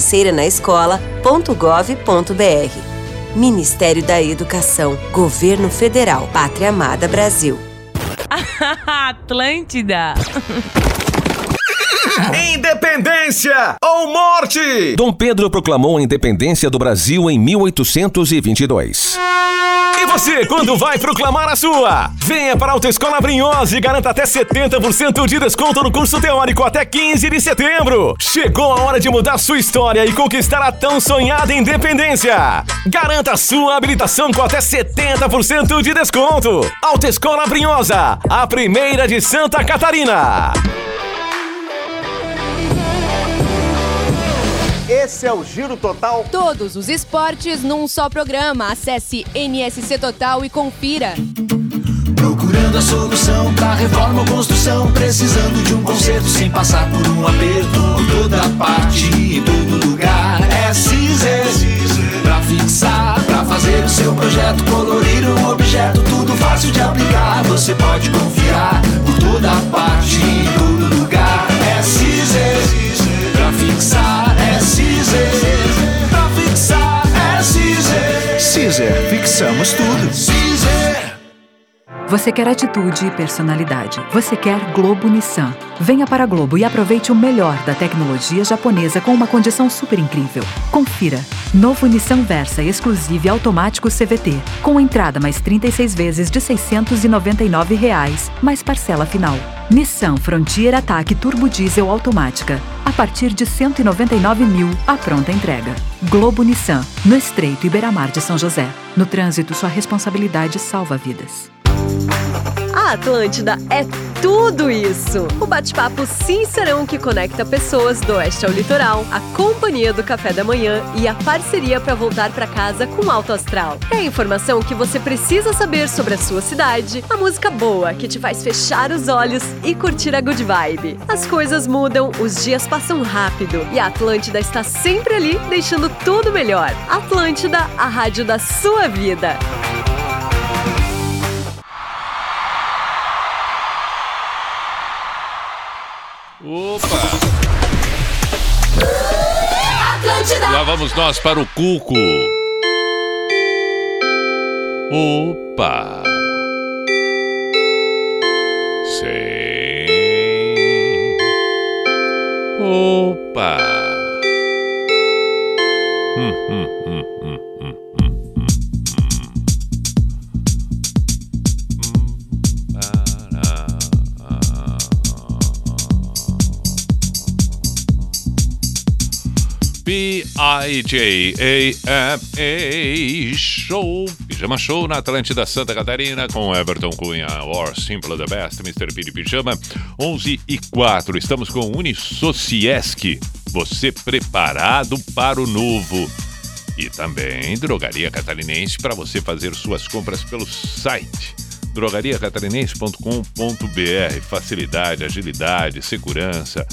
edufinanceiranaescola.gov.br. Ministério da Educação, Governo Federal, Pátria Amada Brasil. Atlântida. Independência ou morte! Dom Pedro proclamou a independência do Brasil em 1822. E você, quando vai proclamar a sua? Venha para a Autoescola Brunhosa e garanta até 70% de desconto no curso teórico até 15 de setembro. Chegou a hora de mudar sua história e conquistar a tão sonhada independência. Garanta sua habilitação com até 70% de desconto. Autoescola Brunhosa, a primeira de Santa Catarina. Esse é o Giro Total. Todos os esportes num só programa. Acesse NSC Total e confira. Procurando buscando a solução pra reforma ou construção, precisando de um conserto sem passar por um aperto. Por toda parte, em todo lugar, é Cizer. Pra fixar, pra fazer o seu projeto, colorir um objeto, tudo fácil de aplicar. Você pode confiar. Por toda parte, em todo lugar, é Cizer. Pra fixar, é Cizer. Pra fixar, é Cizer. Cizer, fixamos tudo. Cizer. Você quer atitude e personalidade. Você quer Globo Nissan. Venha para a Globo e aproveite o melhor da tecnologia japonesa com uma condição super incrível. Confira. Novo Nissan Versa exclusivo automático CVT. Com entrada mais 36 vezes de R$ 699, mais parcela final. Nissan Frontier Attack Turbo Diesel automática. A partir de R$ 199 mil, a pronta entrega. Globo Nissan, no Estreito Iberamar de São José. No trânsito, sua responsabilidade salva vidas. A Atlântida é tudo isso! O bate-papo sincerão que conecta pessoas do oeste ao litoral, a companhia do café da manhã e a parceria para voltar para casa com alto astral. É a informação que você precisa saber sobre a sua cidade, a música boa que te faz fechar os olhos e curtir a good vibe. As coisas mudam, os dias passam rápido e a Atlântida está sempre ali, deixando tudo melhor. Atlântida, a rádio da sua vida. Opa! Lá vamos nós para o Cuco. Opa! Sim. Opa! P-I-J-A-M-A Show, Pijama Show na Atlântida Santa Catarina com Everton Cunha, or Simple the Best, Mr. P de Pijama, 11h04. Estamos com Unisociesc, você preparado para o novo. E também Drogaria Catarinense para você fazer suas compras pelo site drogariacatarinense.com.br. Facilidade, agilidade, segurança.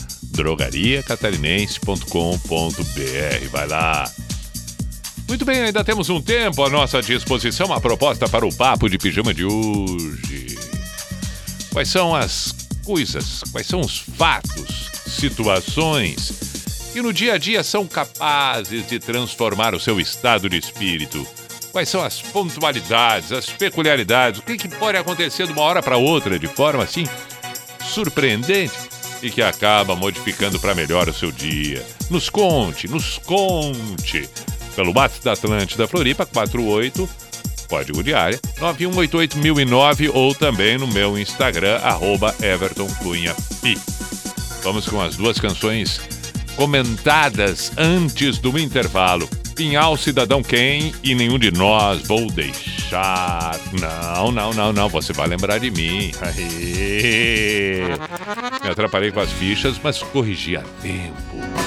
drogariacatarinense.com.br. Vai lá. Muito bem, ainda temos um tempo à nossa disposição. A proposta para o Papo de Pijama de hoje. Quais são as coisas, quais são os fatos, situações que no dia a dia são capazes de transformar o seu estado de espírito? Quais são as pontualidades, as peculiaridades? O que pode acontecer de uma hora para outra de forma assim surpreendente e que acaba modificando para melhor o seu dia? Nos conte. Pelo WhatsApp da Atlântida Floripa, 48, código de área, 9188009 ou também no meu Instagram, @EvertonCunhaP. Vamos com as duas canções comentadas antes do intervalo. Pinhal, Cidadão Quem e Nenhum de Nós Vou Deixar. Não, você vai lembrar de mim. Aê. Me atrapalhei com as fichas, mas corrigi a tempo.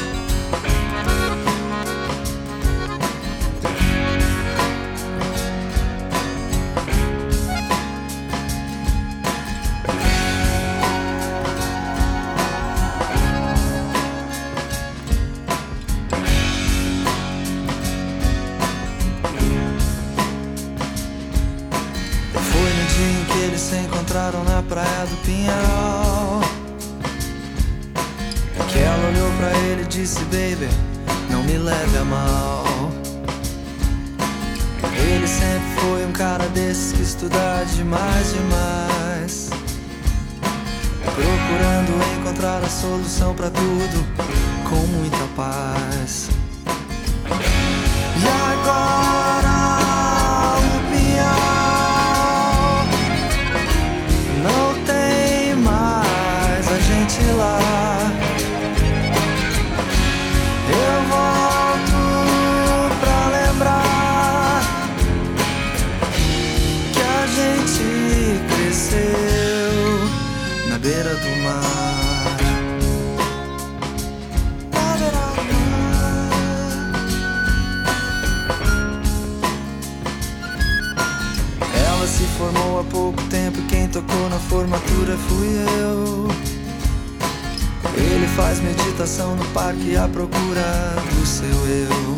Na praia do Pinhal, que ela olhou pra ele e disse: baby, não me leve a mal. Ele sempre foi um cara desses que estuda demais, procurando encontrar a solução pra tudo com muita paz. E agora o Pinhal não tem mais a gente lá. Eu volto pra lembrar que a gente cresceu na beira do mar. Na beira do mar. eu. Ele faz meditação no parque à procura do seu eu.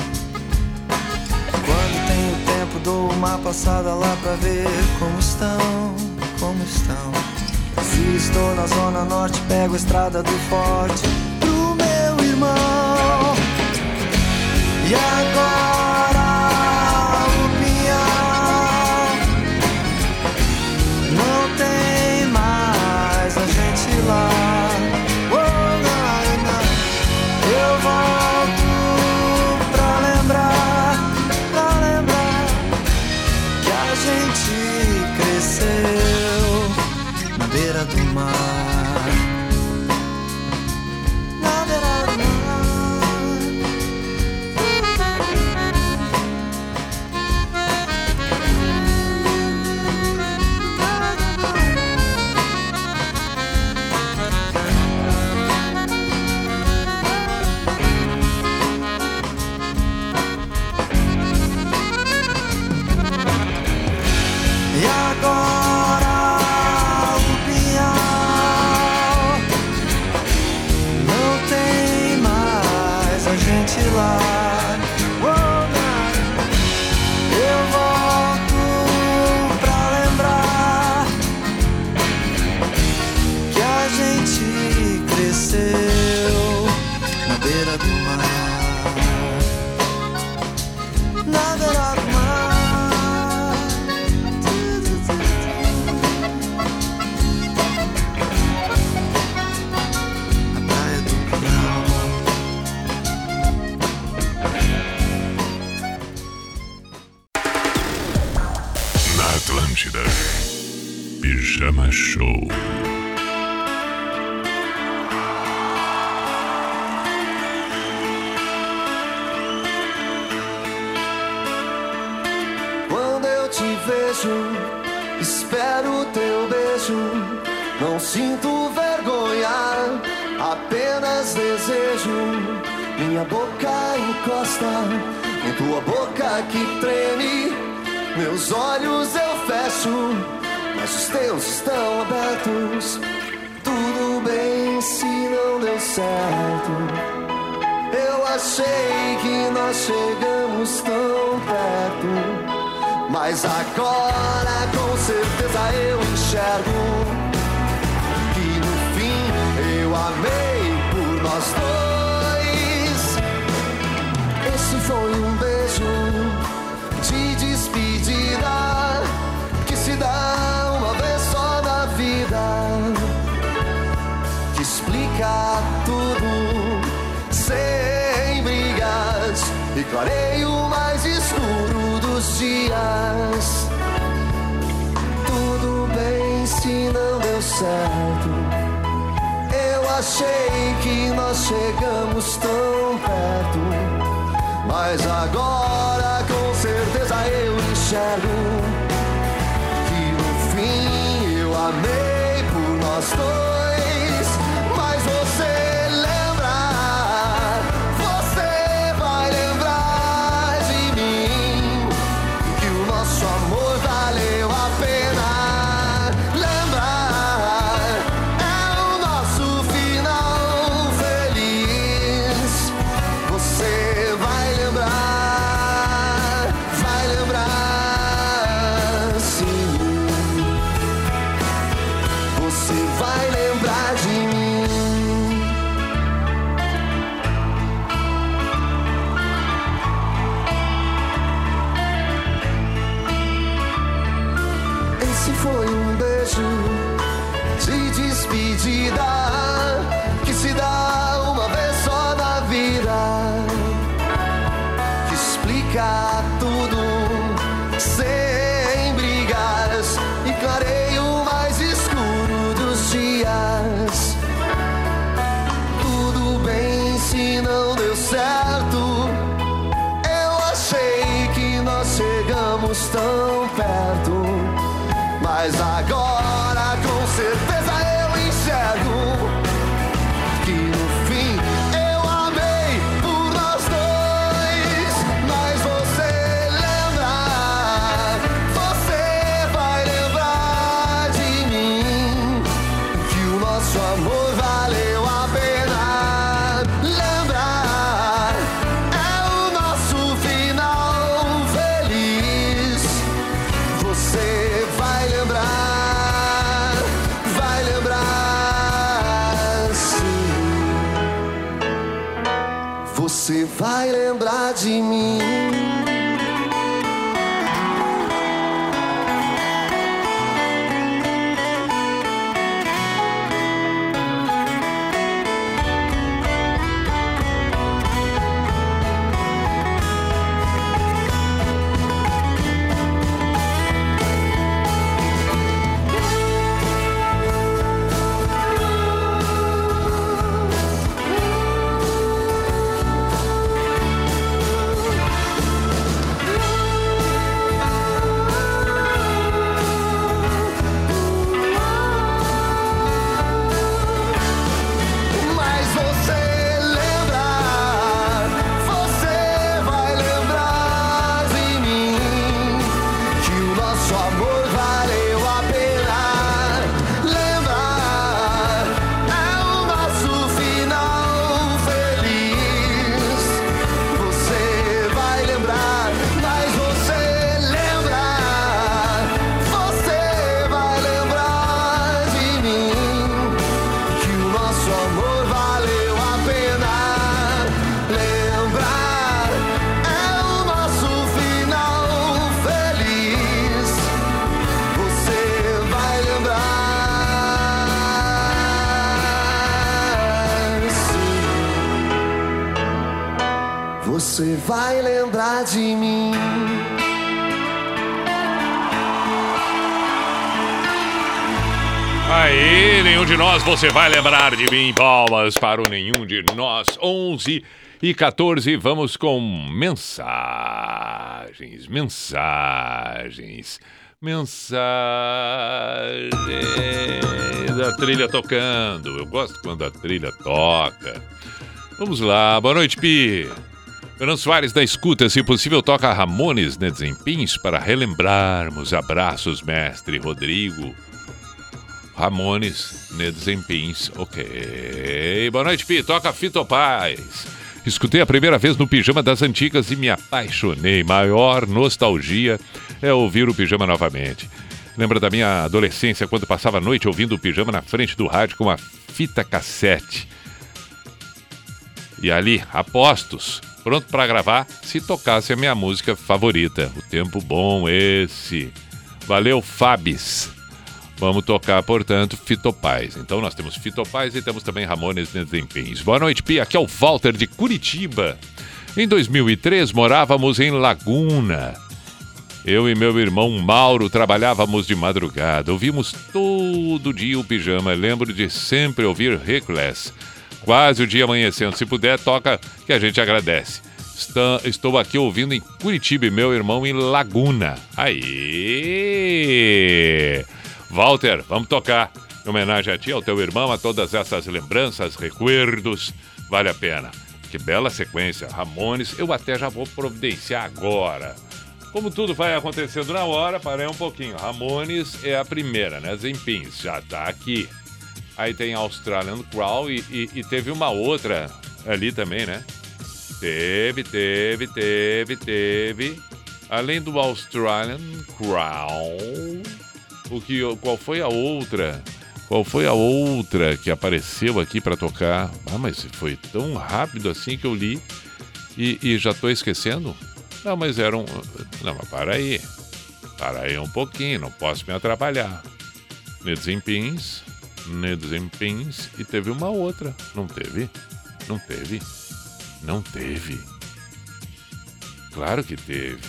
Quando tenho tempo dou uma passada lá pra ver como estão. Se estou na zona norte pego a estrada do forte pro meu irmão. E agora o pinhão não tem mais a gente lá. Eu volto pra lembrar que a gente cresceu na beira do mar. Na beira do eu volto pra lembrar que a gente cresceu na beira do mar. Na beira do mar. Na praia do Pinhal. Atlântida. Pijama Show. Quando eu te vejo, espero o teu beijo. Não sinto vergonha, apenas desejo. Minha boca encosta em tua boca que treme. Meus olhos eu fecho, mas os teus estão abertos. Tudo bem se não deu certo. Eu achei que nós chegamos tão perto, mas agora com certeza eu enxergo que no fim eu amei por nós dois. Esse foi um beijo de despedida que se dá uma vez só na vida, que explica tudo sem brigas e clareia o mais escuro dos dias. Tudo bem se não deu certo. Eu achei que nós chegamos tão perto, mas agora com certeza eu enxergo que no fim eu amei por nós dois. Mas você lembra, você vai lembrar de mim, que o nosso amor valeu a pena. Lembrar é o nosso final feliz. Você vai lembrar sim. Você vai lembrar de mim. Esse foi um beijo de despedida que se dá uma vez só na vida, que explica tudo sem brigas e clareia o mais escuro dos dias. Tudo bem se não deu certo. Eu achei que nós chegamos tão perto, mas agora com certeza eu enxergo que no fim eu amei por nós dois. Mas você lembra, você vai lembrar de mim, você vai lembrar de mim. Você vai lembrar de mim. Aí, nenhum de nós, você vai lembrar de mim. Palmas para o nenhum de nós. 11h14, vamos com mensagens. A trilha tocando. Eu gosto quando a trilha toca. Vamos lá, boa noite, Pi. Fernando Soares da escuta, se possível toca Ramones Nedes em Pins para relembrarmos. Abraços, mestre Rodrigo. Ramones Nedes em Pins, ok. Boa noite, Pi, toca Fito Paz. Escutei a primeira vez no Pijama das Antigas e me apaixonei. Maior nostalgia é ouvir o Pijama novamente. Lembra da minha adolescência, quando passava a noite ouvindo o Pijama na frente do rádio com a fita cassete. E ali, apostos, pronto para gravar, se tocasse a minha música favorita. O tempo bom esse. Valeu, Fabis. Vamos tocar, portanto, Fito Paz. Então nós temos Fito Paz e temos também Ramones Nedes em Pins. Boa noite, Pia. Aqui é o Walter de Curitiba. Em 2003, morávamos em Laguna. Eu e meu irmão Mauro trabalhávamos de madrugada. Ouvimos todo dia o Pijama. Lembro de sempre ouvir Reckless. Quase o dia amanhecendo. Se puder, toca que a gente agradece. Estou aqui ouvindo em Curitiba e meu irmão em Laguna. Aí! Walter, vamos tocar. Em homenagem a ti, ao teu irmão, a todas essas lembranças, recuerdos. Vale a pena. Que bela sequência. Ramones, eu até já vou providenciar agora. Como tudo vai acontecendo na hora, parei um pouquinho. Ramones é a primeira, né? Zempins, já tá aqui. Aí tem Australian Crown e teve uma outra ali também, né? Teve. Além do Australian Crown, qual foi a outra? Qual foi a outra que apareceu aqui pra tocar? Ah, mas foi tão rápido assim que eu li e já tô esquecendo? Não, mas era um... Não, mas para aí um pouquinho, não posso me atrapalhar. Nedes em Pins e teve uma outra. Não teve. Claro que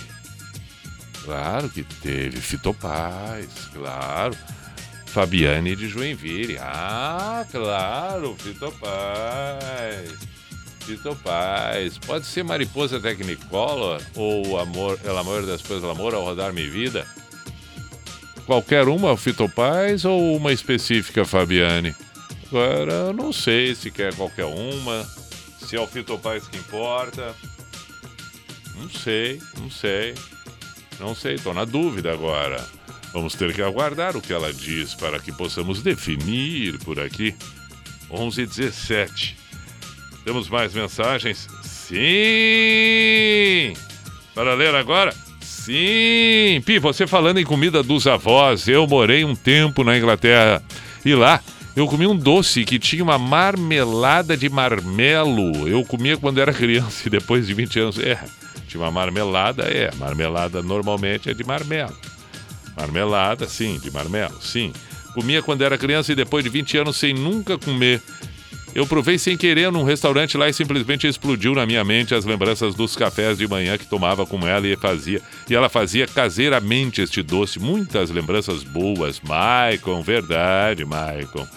teve. Fito Paz, claro. Fabiane de Joinville. Ah, claro, Fito Paz. Pode ser Mariposa Technicolor ou Amor, El Amor Después del Amor, Ao Rodar Mi Vida. Qualquer uma, Fito Paz, ou uma específica, Fabiane? Agora, eu não sei se quer qualquer uma, se é o Fito Paz que importa. Não sei, tô na dúvida agora. Vamos ter que aguardar o que ela diz para que possamos definir por aqui. 11h17. Temos mais mensagens? Sim! Para ler agora? Sim! Pi, você falando em comida dos avós, eu morei um tempo na Inglaterra e lá Eu comi um doce que tinha uma marmelada de marmelo. Eu comia quando era criança e depois de 20 anos. Tinha uma marmelada, marmelada normalmente é de marmelo. Marmelada, sim, de marmelo, sim. Comia quando era criança e depois de 20 anos sem nunca comer. Eu provei sem querer num restaurante lá e simplesmente explodiu na minha mente as lembranças dos cafés de manhã que tomava com ela e ela fazia caseiramente este doce. Muitas lembranças boas. Maicon, verdade, Maicon.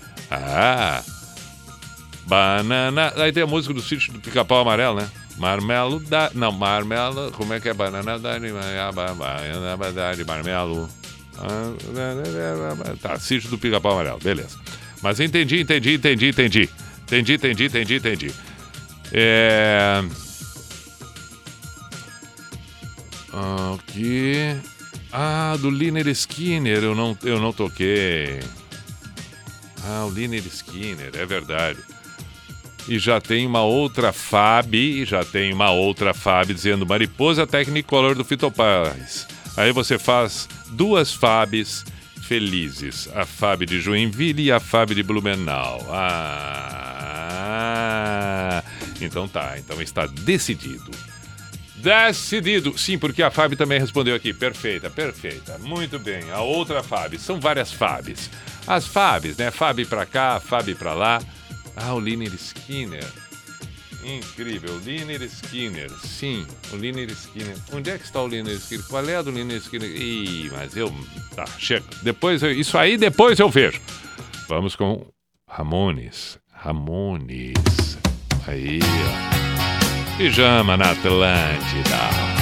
Banana. Aí tem a música do Sítio do Pica-Pau Amarelo, né? Marmelo da... Não, marmelo... Como é que é? Banana da... de marmelo... Tá, Sítio do Pica-Pau Amarelo, beleza. Mas entendi. Aqui... do Lynyrd Skynyrd, eu não toquei. O Lynyrd Skynyrd, é verdade. E já tem uma outra Fab dizendo Mariposa Technicolor do Fito Paz. Aí você faz duas Fabs felizes, a Fab de Joinville e a Fab de Blumenau. Então tá, então está decidido. Sim, porque a Fab também respondeu aqui. Perfeita. Muito bem. A outra Fab. São várias Fabs. As Fabs, né? Fab pra cá, Fab pra lá. O Lynyrd Skynyrd. Incrível. Lynyrd Skynyrd. Sim, o Lynyrd Skynyrd. Onde é que está o Lynyrd Skynyrd? Qual é a do Lynyrd Skynyrd? Mas eu... Tá, chega. Depois eu vejo. Vamos com Ramones. Aí, ó. Pijama na Atlântida.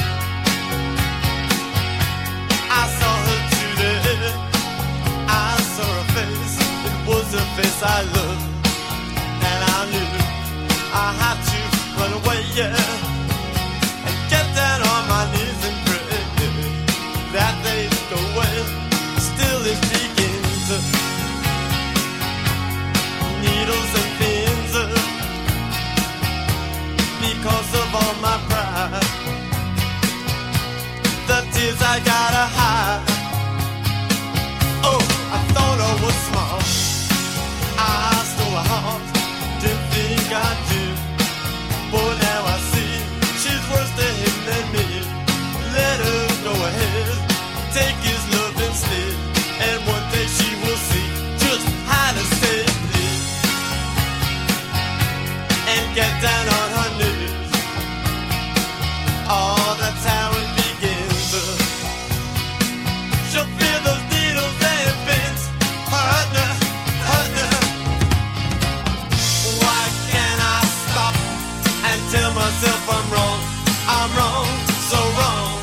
I saw her today. I saw her face. It was a face I loved. And I knew I had to run away, and get down on my knees and pray that they'd go away. Still it begins. Needles and pins. Because of all my pride, the tears I gotta hide. I thought I was smart. I stole her heart. Didn't think I'd do. But now I see she's worse to him than me. Let her go ahead, take his love instead, and one day she will see just how to safely and get down on her knees. That's how it begins. She'll feel those needles and pins hurt her. Why can't I stop and tell myself I'm wrong, so wrong?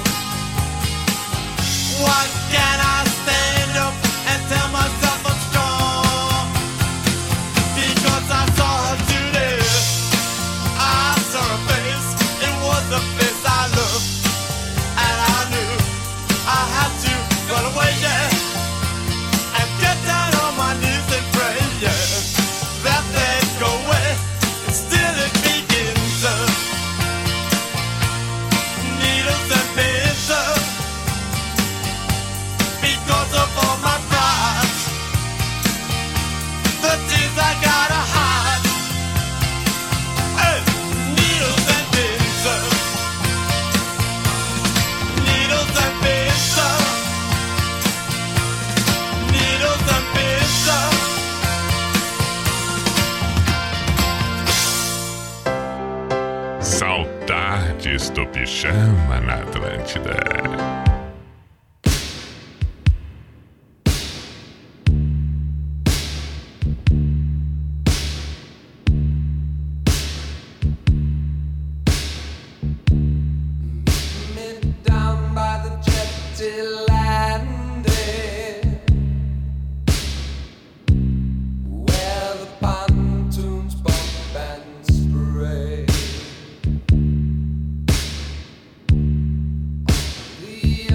Why can't I stand up and tell myself I'm strong? Because I saw her today. I saw her face. It was the face I loved. And I knew I had to run away, and get down on my knees and pray, that they'd go away, and still it begins. Needles and pins, because of all my pride, the tears I gotta hide. Needles and pins. Saudades do Pijama na Atlântida. The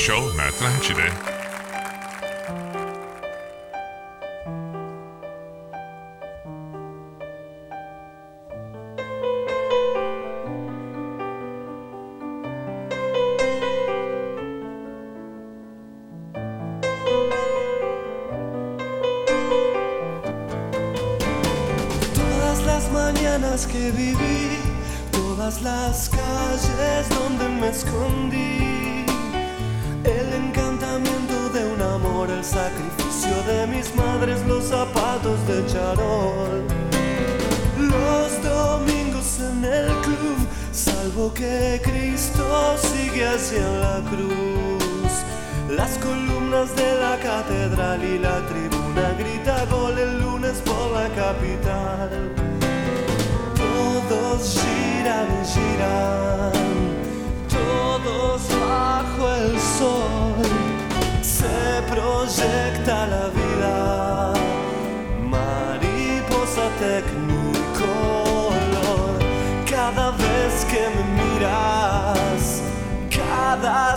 Show na Atlântida. Todas las mañanas que viví, todas las calles donde me escondí, el encantamiento de un amor, el sacrificio de mis madres, los zapatos de charol, los domingos en el club, salvo que Cristo sigue hacia la cruz, las columnas de la catedral y la tribuna grita gol el lunes por la capital. Todos giran y giran, todos bajo el sol, se proyecta la vida, mariposa tecnicolor. Cada vez que me miras, cada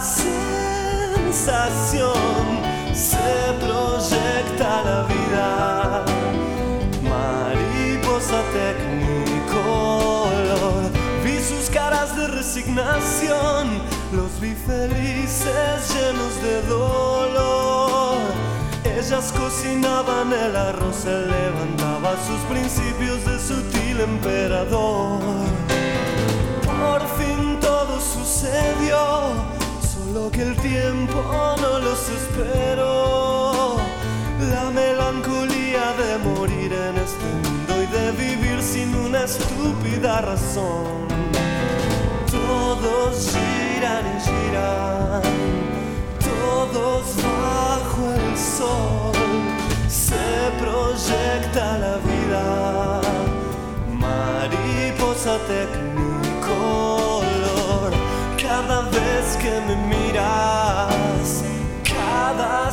sensación, se proyecta la vida, mariposa tecnicolor. Vi sus caras de resignación, los vi felices llenos de dolor. Ellas cocinaban el arroz, él levantaba sus principios de sutil emperador. Por fin todo sucedió, solo que el tiempo no los esperó. La melancolía de morir en este mundo y de vivir sin una estúpida razón. Todos giran y giran, todos bajo el sol, se proyecta la vida, mariposa tecnicolor. Cada vez que me miras, cada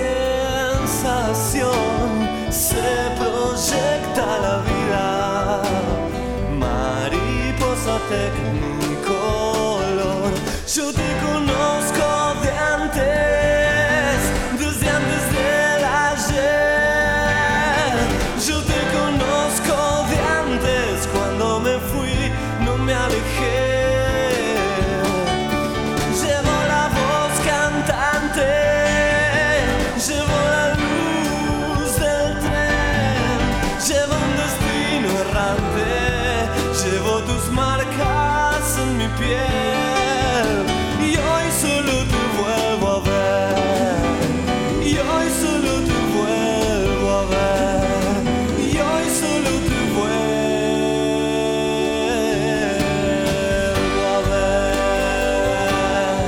sensación, se proyecta la vida, mariposa tecnicolor. Yo te conozco de antes, desde antes del ayer. Yo te conozco de antes, cuando me fui no me alejé. Llevo la voz cantante, llevo la luz del tren, llevo un destino errante, llevo tus marcas en mi piel. Y hoy solo te vuelvo a ver, y hoy solo te vuelvo a ver, y hoy solo te vuelvo a ver.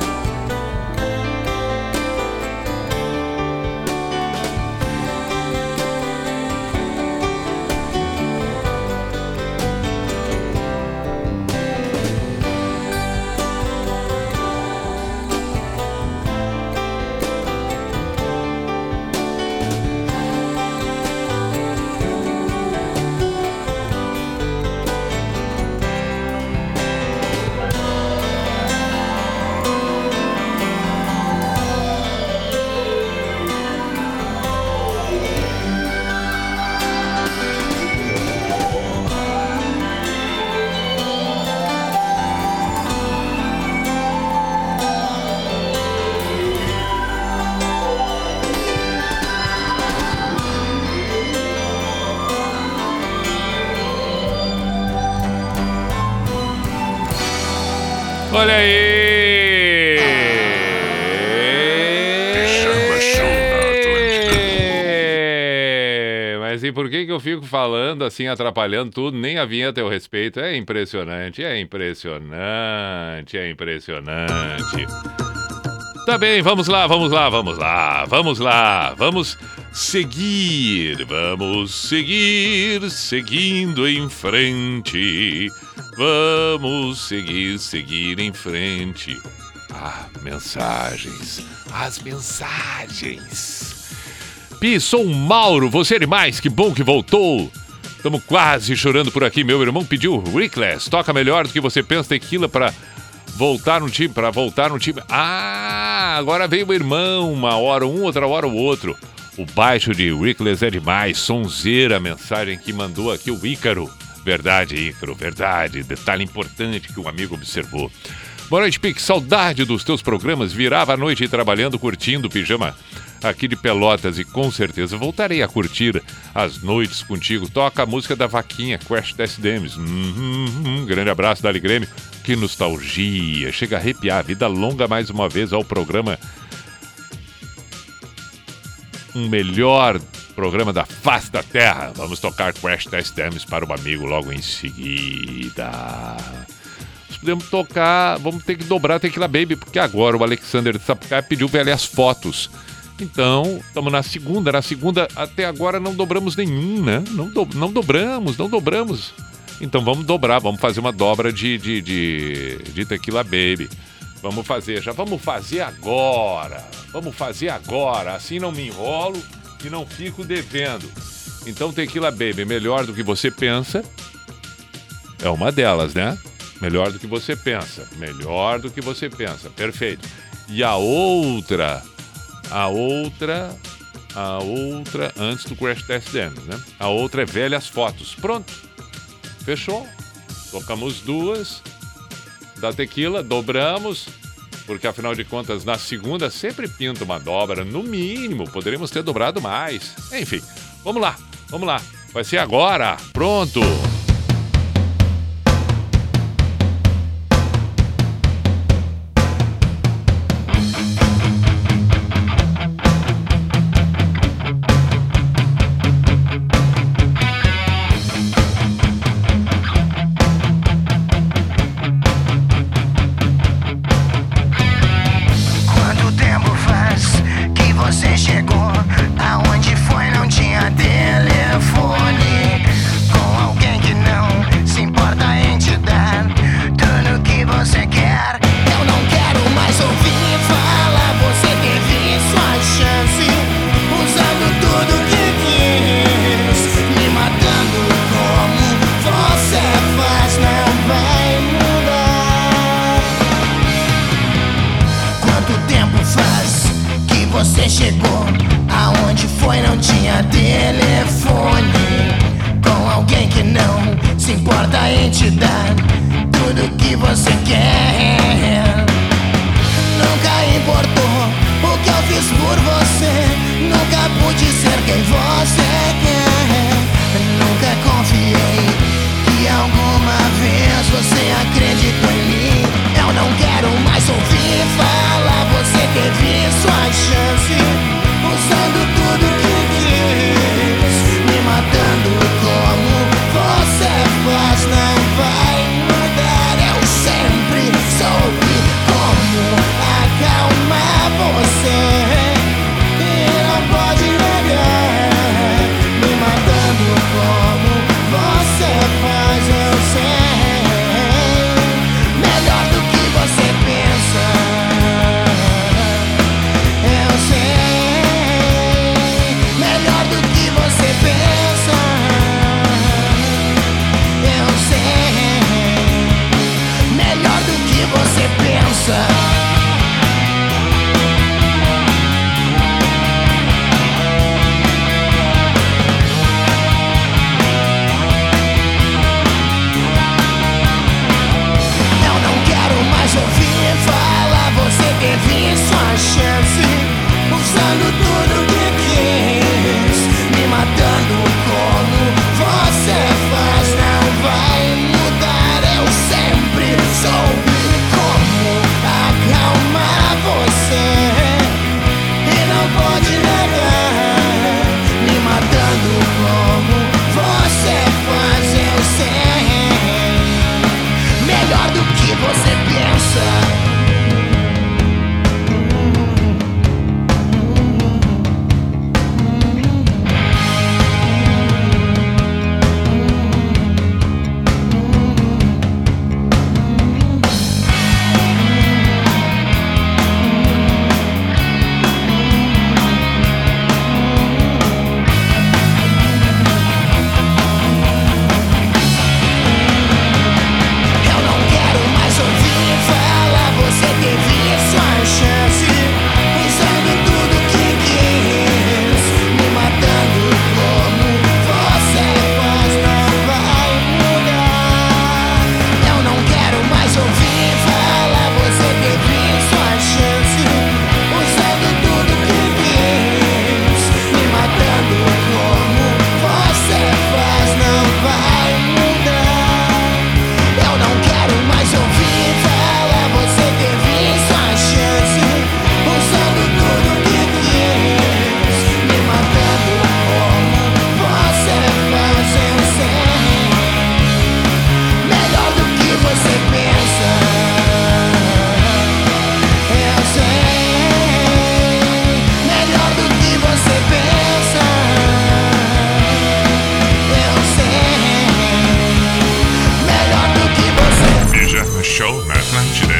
Olha aí! Pijama Show na Atlântida. Mas e por que eu fico falando assim, atrapalhando tudo? Nem a vinheta eu respeito. É impressionante, é impressionante, é impressionante. Tá bem, vamos lá, vamos lá, vamos lá, vamos lá, vamos seguir, seguindo em frente. Vamos seguir em frente. Ah, mensagens, as mensagens. Pi, sou o Mauro, você é demais, que bom que voltou. Estamos quase chorando por aqui, meu irmão pediu Reckless, toca melhor do que você pensa, Tequila pra voltar no time, Ah, agora veio o irmão, uma hora um, outra hora o outro. O baixo de Reckless é demais, sonzeira a mensagem que mandou aqui o Ícaro. Verdade, Ícaro, verdade. Detalhe importante que um amigo observou. Boa noite, Pique. Saudade dos teus programas. Virava a noite trabalhando, curtindo o pijama aqui de Pelotas e com certeza voltarei a curtir as noites contigo. Toca a música da Vaquinha, Crash Test Dummies. Grande abraço, Dali Grêmio. Que nostalgia. Chega a arrepiar. Vida longa mais uma vez ao programa. Um melhor programa da face da terra. Vamos tocar Crash Test Dummies para o amigo logo em seguida. Podemos tocar, vamos ter que dobrar Tequila Baby, porque agora o Alexander de Sapucaia pediu velhas fotos. Então, estamos na segunda até agora não dobramos nenhum, né? Não dobramos. Então vamos dobrar, vamos fazer uma dobra de Tequila Baby. Vamos fazer agora, assim não me enrolo e não fico devendo. Então Tequila Baby, melhor do que você pensa, é uma delas, né? Melhor do que você pensa, perfeito. E a outra, antes do Crash Test Dummies, né? A outra é Velhas Fotos. Pronto, fechou. Tocamos duas da Tequila, dobramos, porque afinal de contas na segunda sempre pinta uma dobra, no mínimo, poderíamos ter dobrado mais. Enfim, vamos lá, vai ser agora, pronto. Usando tudo que quis, me matando Show na Atlântida.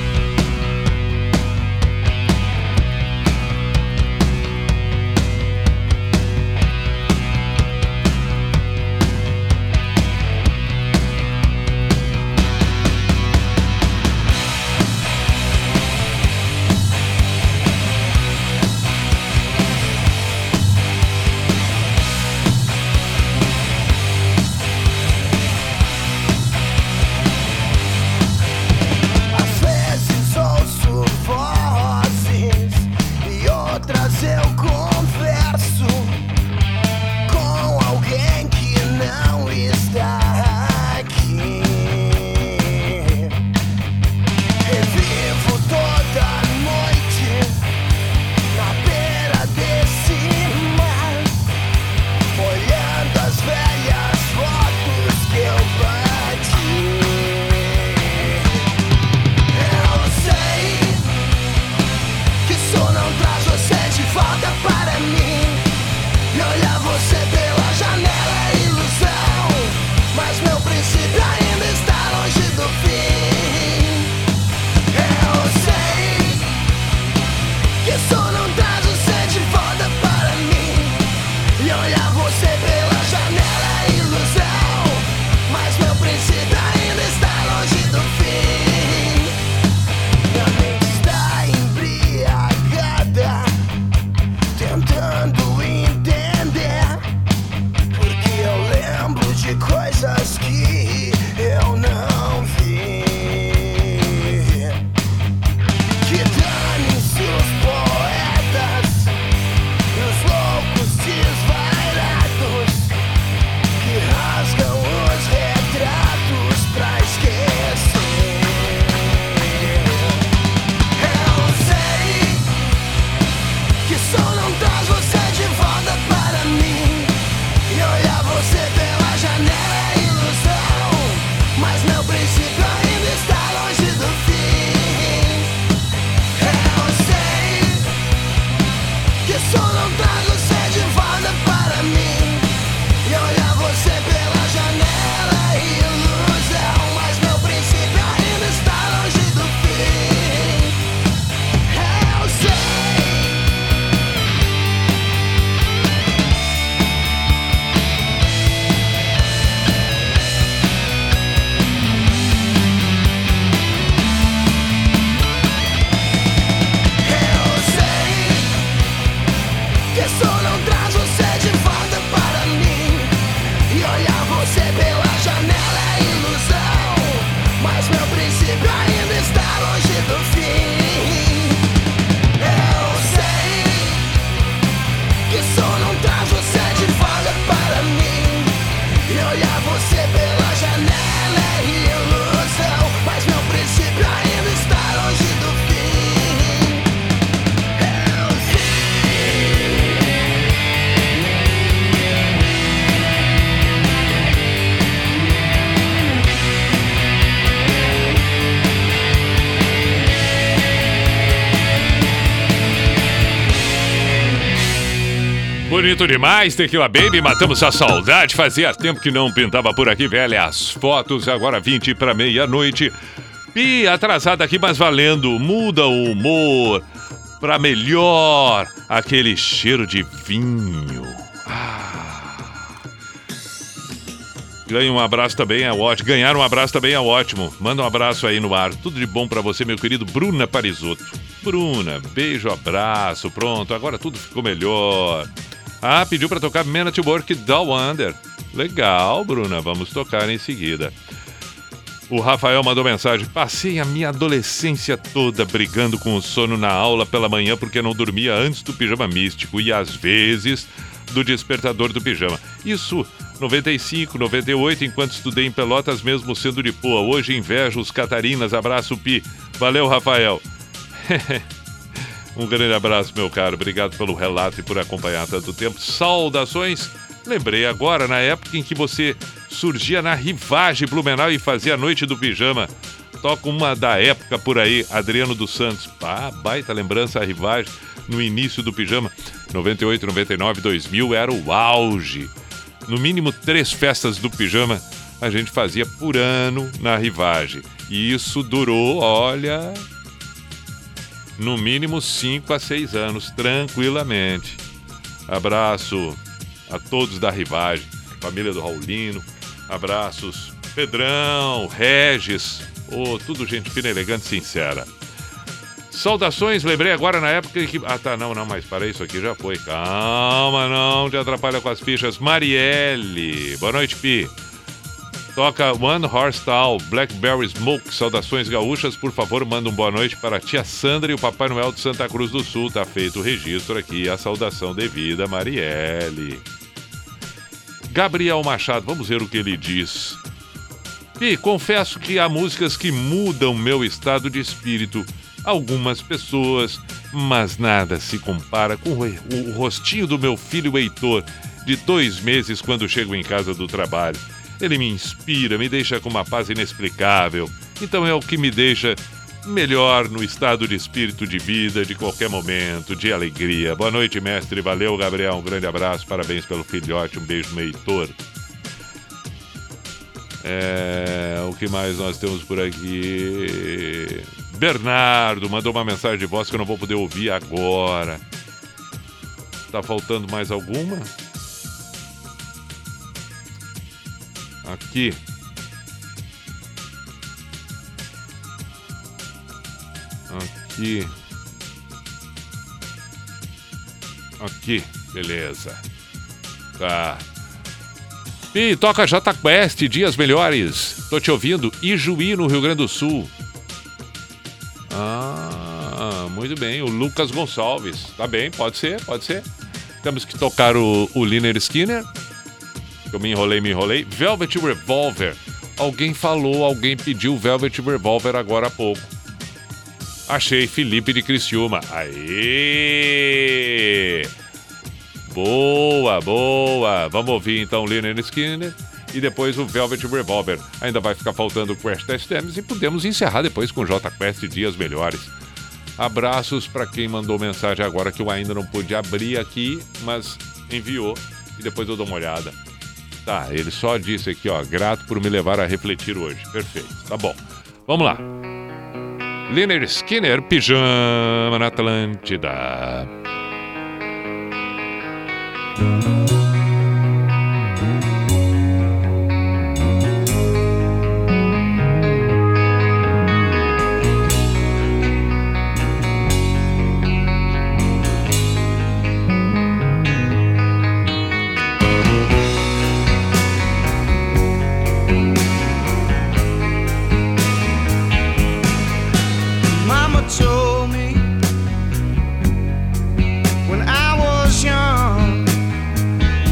Bonito demais, Tequila Baby, matamos a saudade. Fazia tempo que não pintava por aqui, velha. As fotos, agora 20 para meia-noite. E atrasada aqui, mas valendo. Muda o humor pra melhor. Aquele cheiro de vinho. Ganha um abraço também é ótimo. Ganhar um abraço também é ótimo. Manda um abraço aí no ar. Tudo de bom pra você, meu querido Bruna Parisotto. Bruna, beijo, abraço. Pronto, agora tudo ficou melhor. Pediu pra tocar Man at Work Down Under. Legal, Bruna. Vamos tocar em seguida. O Rafael mandou mensagem. Passei a minha adolescência toda brigando com o sono na aula pela manhã porque não dormia antes do pijama místico e às vezes do despertador do pijama. Isso 95, 98, enquanto estudei em Pelotas, mesmo sendo de Poa. Hoje invejo os Catarinas. Abraço, Pi. Valeu, Rafael. Um grande abraço, meu caro. Obrigado pelo relato e por acompanhar tanto tempo. Saudações. Lembrei agora, na época em que você surgia na Rivagem Blumenau e fazia a noite do pijama. Toca uma da época por aí, Adriano dos Santos. Baita lembrança, a Rivagem no início do pijama. 98, 99, 2000 era o auge. No mínimo 3 festas do pijama a gente fazia por ano na Rivage. E isso durou, olha, no mínimo 5 a 6 anos, tranquilamente. Abraço a todos da Rivage, família do Raulino. Abraços, Pedrão, Regis, tudo gente fina, elegante, sincera. Saudações, lembrei agora na época que... Ah, tá, não, mas parei, isso aqui já foi. Calma, não te atrapalha com as fichas. Marielle, boa noite, Pi. Toca One Horse Town, Blackberry Smoke, saudações gaúchas. Por favor, manda boa noite para a tia Sandra e o Papai Noel de Santa Cruz do Sul. Tá feito o registro aqui, a saudação devida, Marielle. Gabriel Machado, vamos ver o que ele diz. Pi, confesso que há músicas que mudam meu estado de espírito. Algumas pessoas, mas nada se compara com o rostinho do meu filho Heitor, de 2 meses, quando chego em casa do trabalho. Ele me inspira, me deixa com uma paz inexplicável. Então é o que me deixa melhor no estado de espírito de vida, de qualquer momento, de alegria. Boa noite, mestre. Valeu, Gabriel. Um grande abraço. Parabéns pelo filhote. Um beijo no Heitor. O que mais nós temos por aqui? Bernardo mandou uma mensagem de voz que eu não vou poder ouvir agora. Tá faltando mais alguma? Aqui. Aqui, beleza. Tá. Pi, toca Jota Quest, Dias Melhores. Tô te ouvindo. Ijuí, no Rio Grande do Sul. Muito bem. O Lucas Gonçalves. Tá bem, pode ser. Temos que tocar o Lynyrd Skynyrd. Eu me enrolei. Velvet Revolver. Alguém pediu Velvet Revolver agora há pouco. Achei, Felipe de Criciúma. Aê! Boa! Vamos ouvir então Lynyrd Skynyrd e depois o Velvet Revolver. Ainda vai ficar faltando o Crash Test Dummies e podemos encerrar depois com o Jota Quest Dias Melhores. Abraços para quem mandou mensagem agora que eu ainda não pude abrir aqui, mas enviou e depois eu dou uma olhada. Tá, ele só disse aqui, ó, grato por me levar a refletir hoje. Perfeito, tá bom. Vamos lá. Lynyrd Skynyrd, Pijama na Atlântida. Mama told me when I was young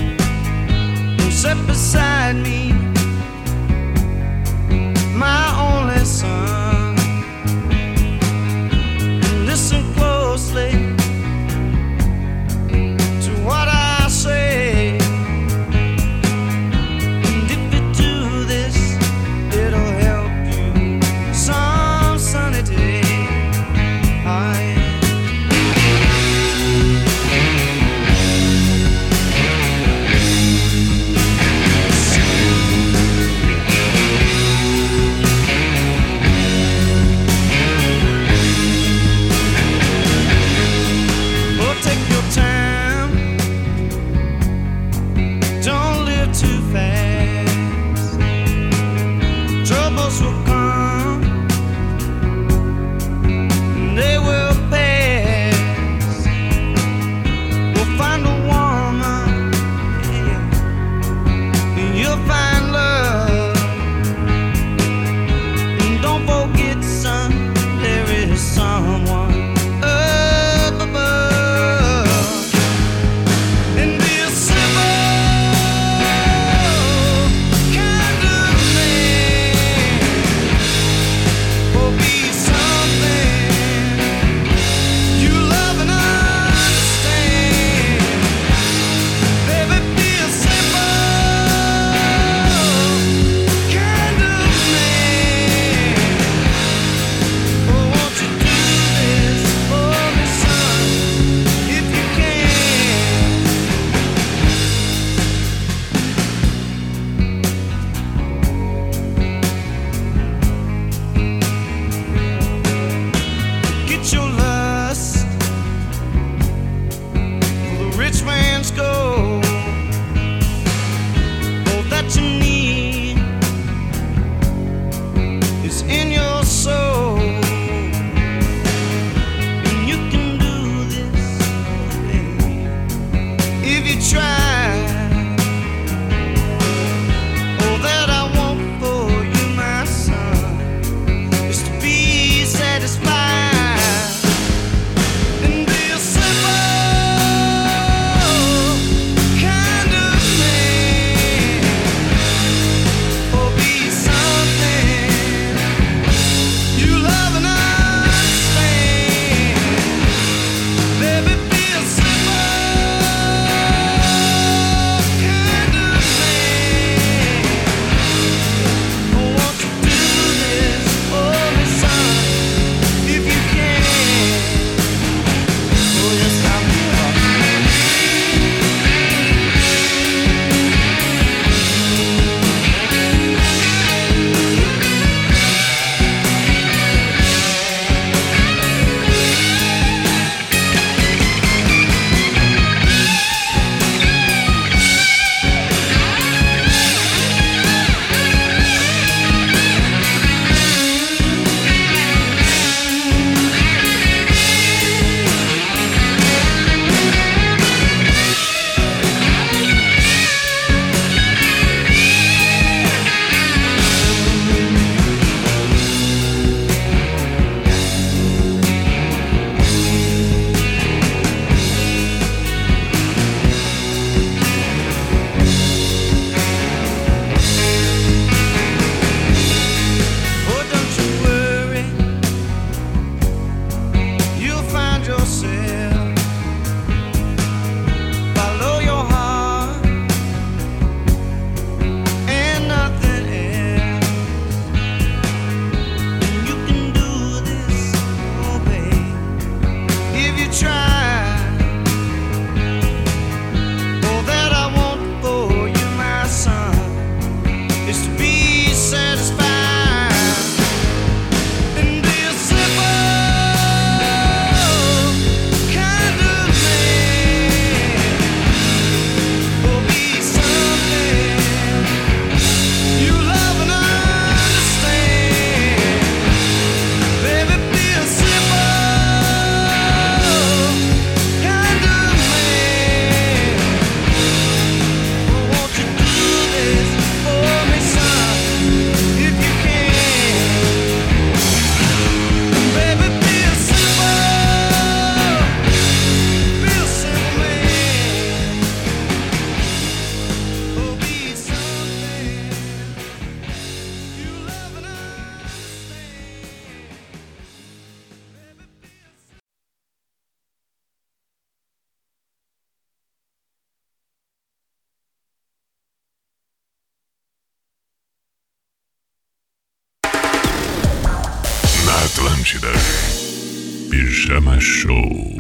Atlântida. Pijama Show.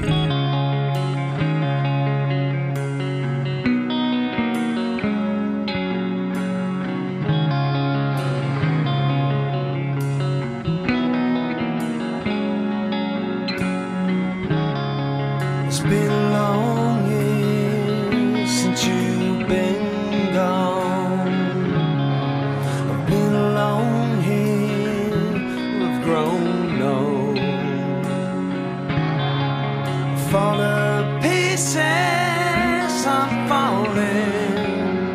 It's been long years since you've been gone. I've been alone here, we've grown old. Fall to pieces, I'm falling.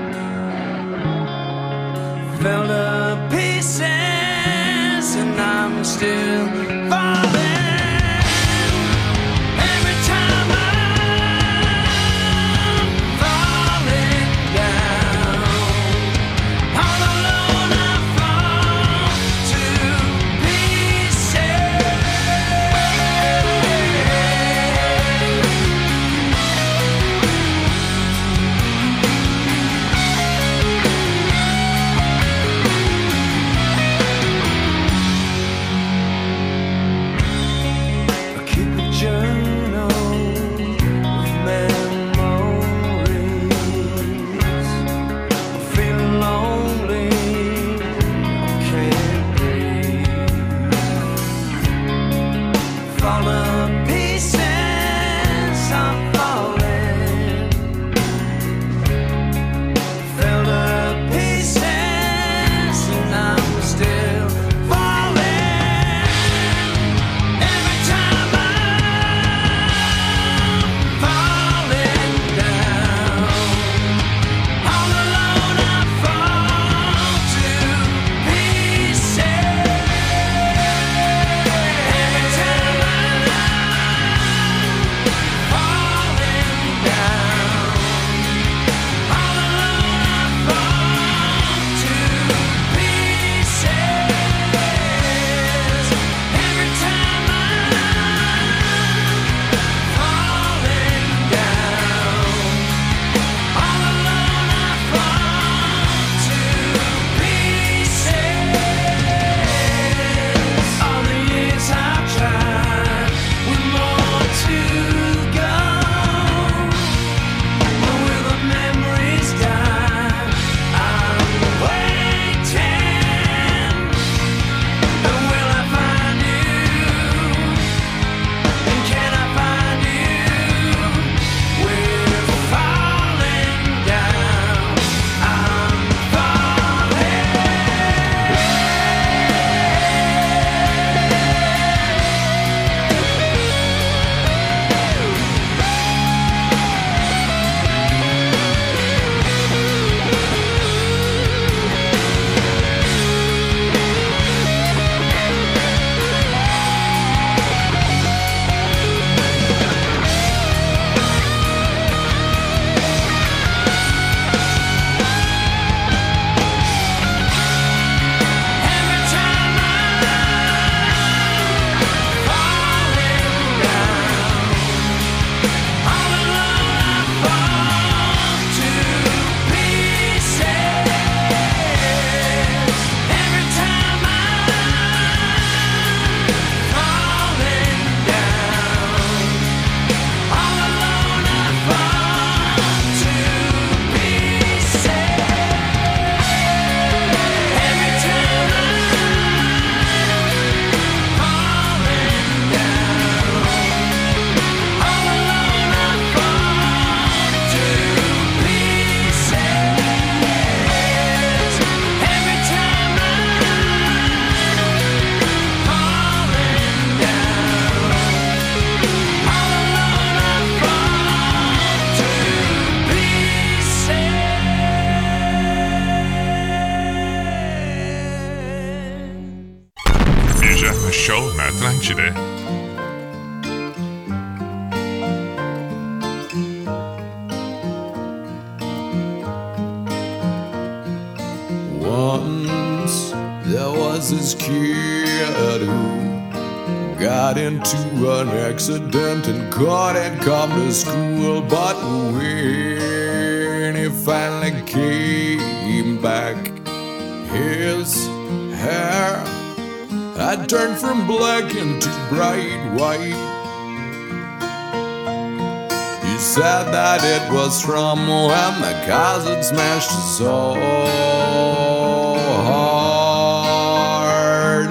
Fell to pieces, and I'm still falling. Show na Atlântida. Once there was this kid who got into an accident and couldn't come to school. But when he finally came back, his hair had turned from black into bright white. He said that it was from when the cars had smashed so hard.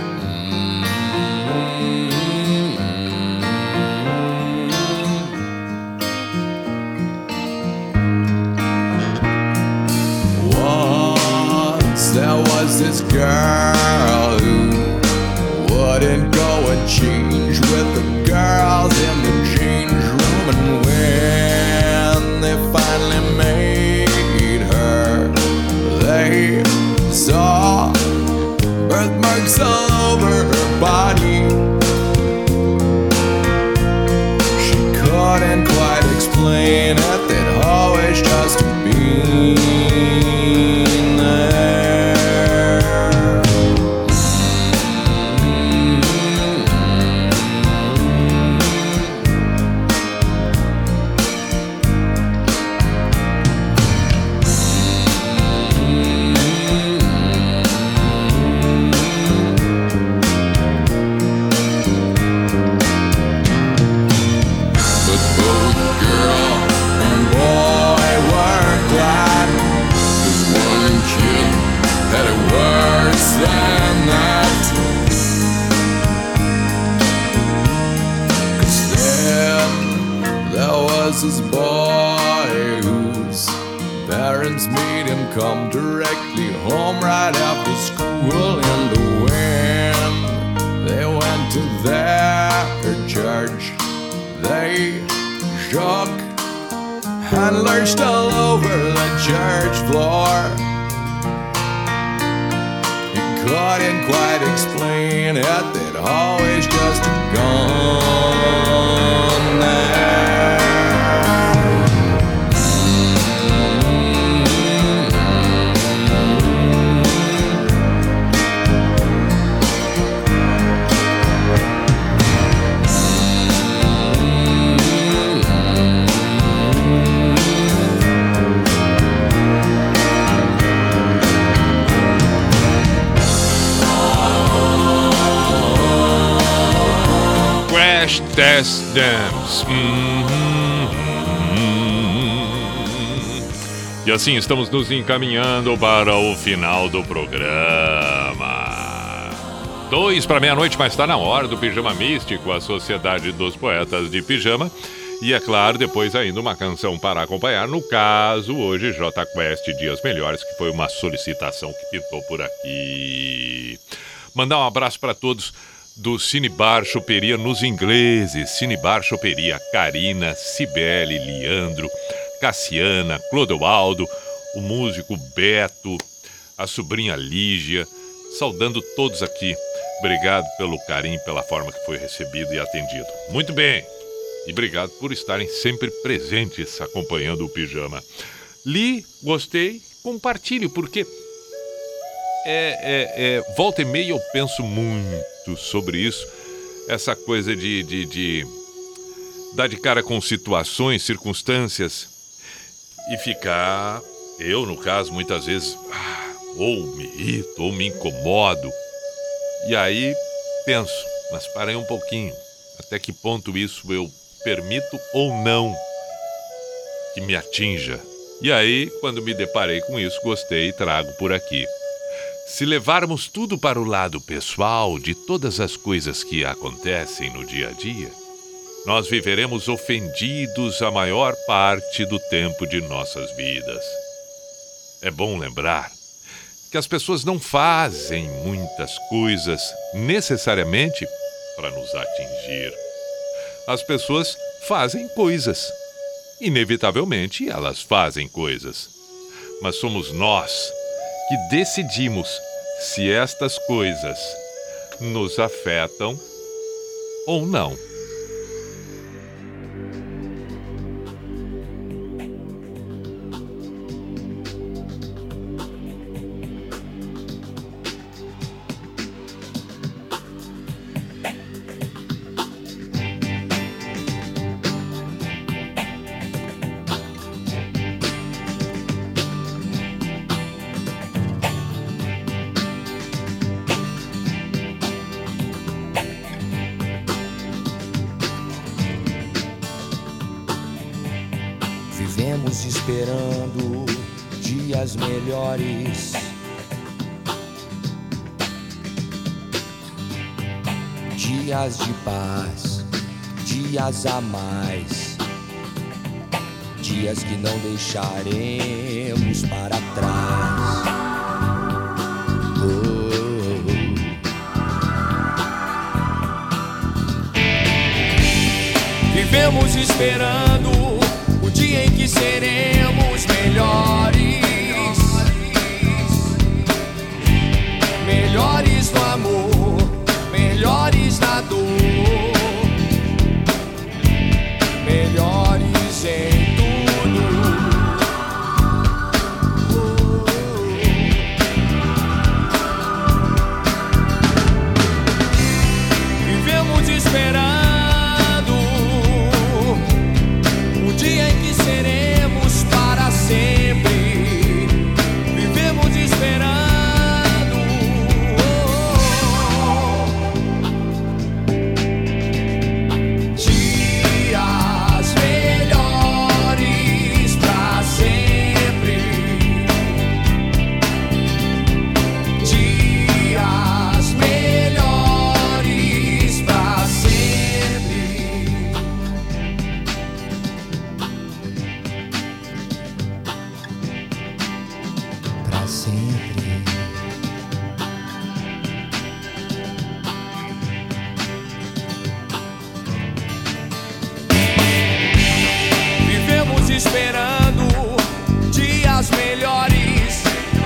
Once there was this girl who wouldn't go and change with the girls in the change room, and when they finally made her, they saw birthmarks all over her body. She couldn't quite explain it, they'd always just been there. This boy whose parents made him come directly home right after school, and when they went to their church, they shook and lurched all over the church floor. He couldn't quite explain it, they'd always just gone there. Test Dance. E assim estamos nos encaminhando para o final do programa. 2 para meia-noite, mas está na hora do Pijama Místico, a Sociedade dos Poetas de Pijama. E é claro, depois ainda uma canção para acompanhar. No caso, hoje, J Quest Dias Melhores, que foi uma solicitação que pintou por aqui. Mandar um abraço para todos do Cinebar Choperia nos ingleses. Cinebar Choperia, Karina, Cibele, Leandro, Cassiana, Clodoaldo, o músico Beto, a sobrinha Lígia, saudando todos aqui. Obrigado pelo carinho, pela forma que foi recebido e atendido. Muito bem, e obrigado por estarem sempre presentes acompanhando o Pijama. Li, gostei, compartilhe, porque volta e meia eu penso muito sobre isso, essa coisa de dar de cara com situações, circunstâncias e ficar, eu no caso muitas vezes, ou me irrito, ou me incomodo, e aí penso, mas para aí um pouquinho, até que ponto isso eu permito ou não que me atinja? E aí, quando me deparei com isso, gostei e trago por aqui. Se levarmos tudo para o lado pessoal de todas as coisas que acontecem no dia a dia, nós viveremos ofendidos a maior parte do tempo de nossas vidas. É bom lembrar que as pessoas não fazem muitas coisas necessariamente para nos atingir. As pessoas fazem coisas. Inevitavelmente, elas fazem coisas. Mas somos nós que decidimos se estas coisas nos afetam ou não. Vivemos esperando dias melhores. Dias de paz, dias a mais. Dias que não deixaremos para trás. Vivemos esperando o dia em que seremos melhores. Melhores no amor, melhores na dor, melhores em tudo. Vivemos esperando o dia em que seremos para sempre. Vivemos esperando dias melhores para sempre. Dias melhores para sempre. Para sempre. Vivemos esperando dias melhores.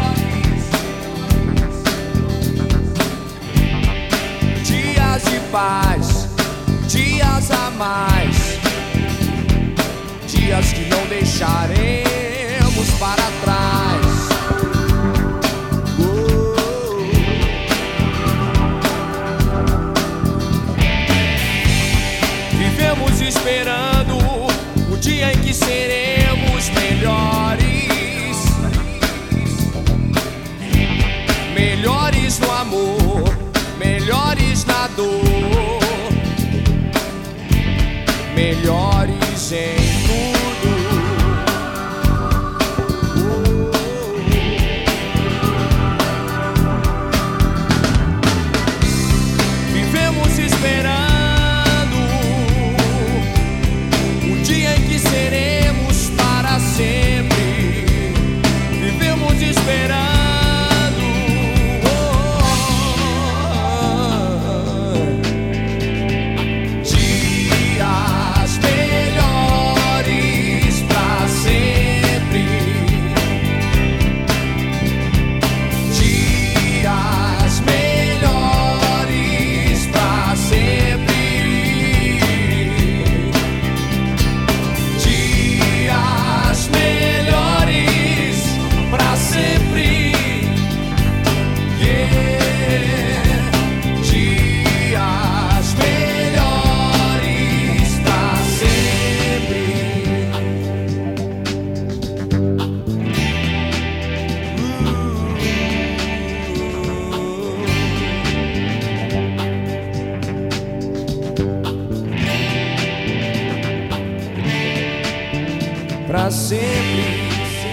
Dias de paz, dias a mais. Dias que não deixaremos para trás. Vivemos esperando o dia em que seremos melhores. Melhores no amor, melhores na dor, melhores em tudo. Vivemos esperando o dia em que seremos para sempre. Vivemos esperando dias melhores para sempre. Dias melhores para sempre. Dias melhores para sempre. Yeah. Dias melhores para sempre. Para sempre.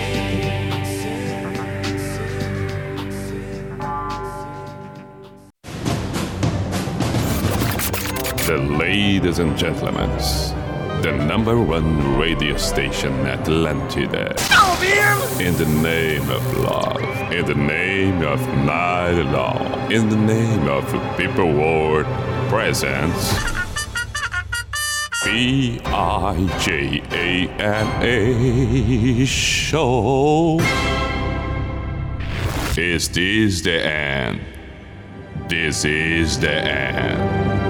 The ladies and gentlemen, the number one radio station Atlantida. In the name of love, in the name of night long, in the name of people world presence. PIJAMA show. Is this the end? This is the end.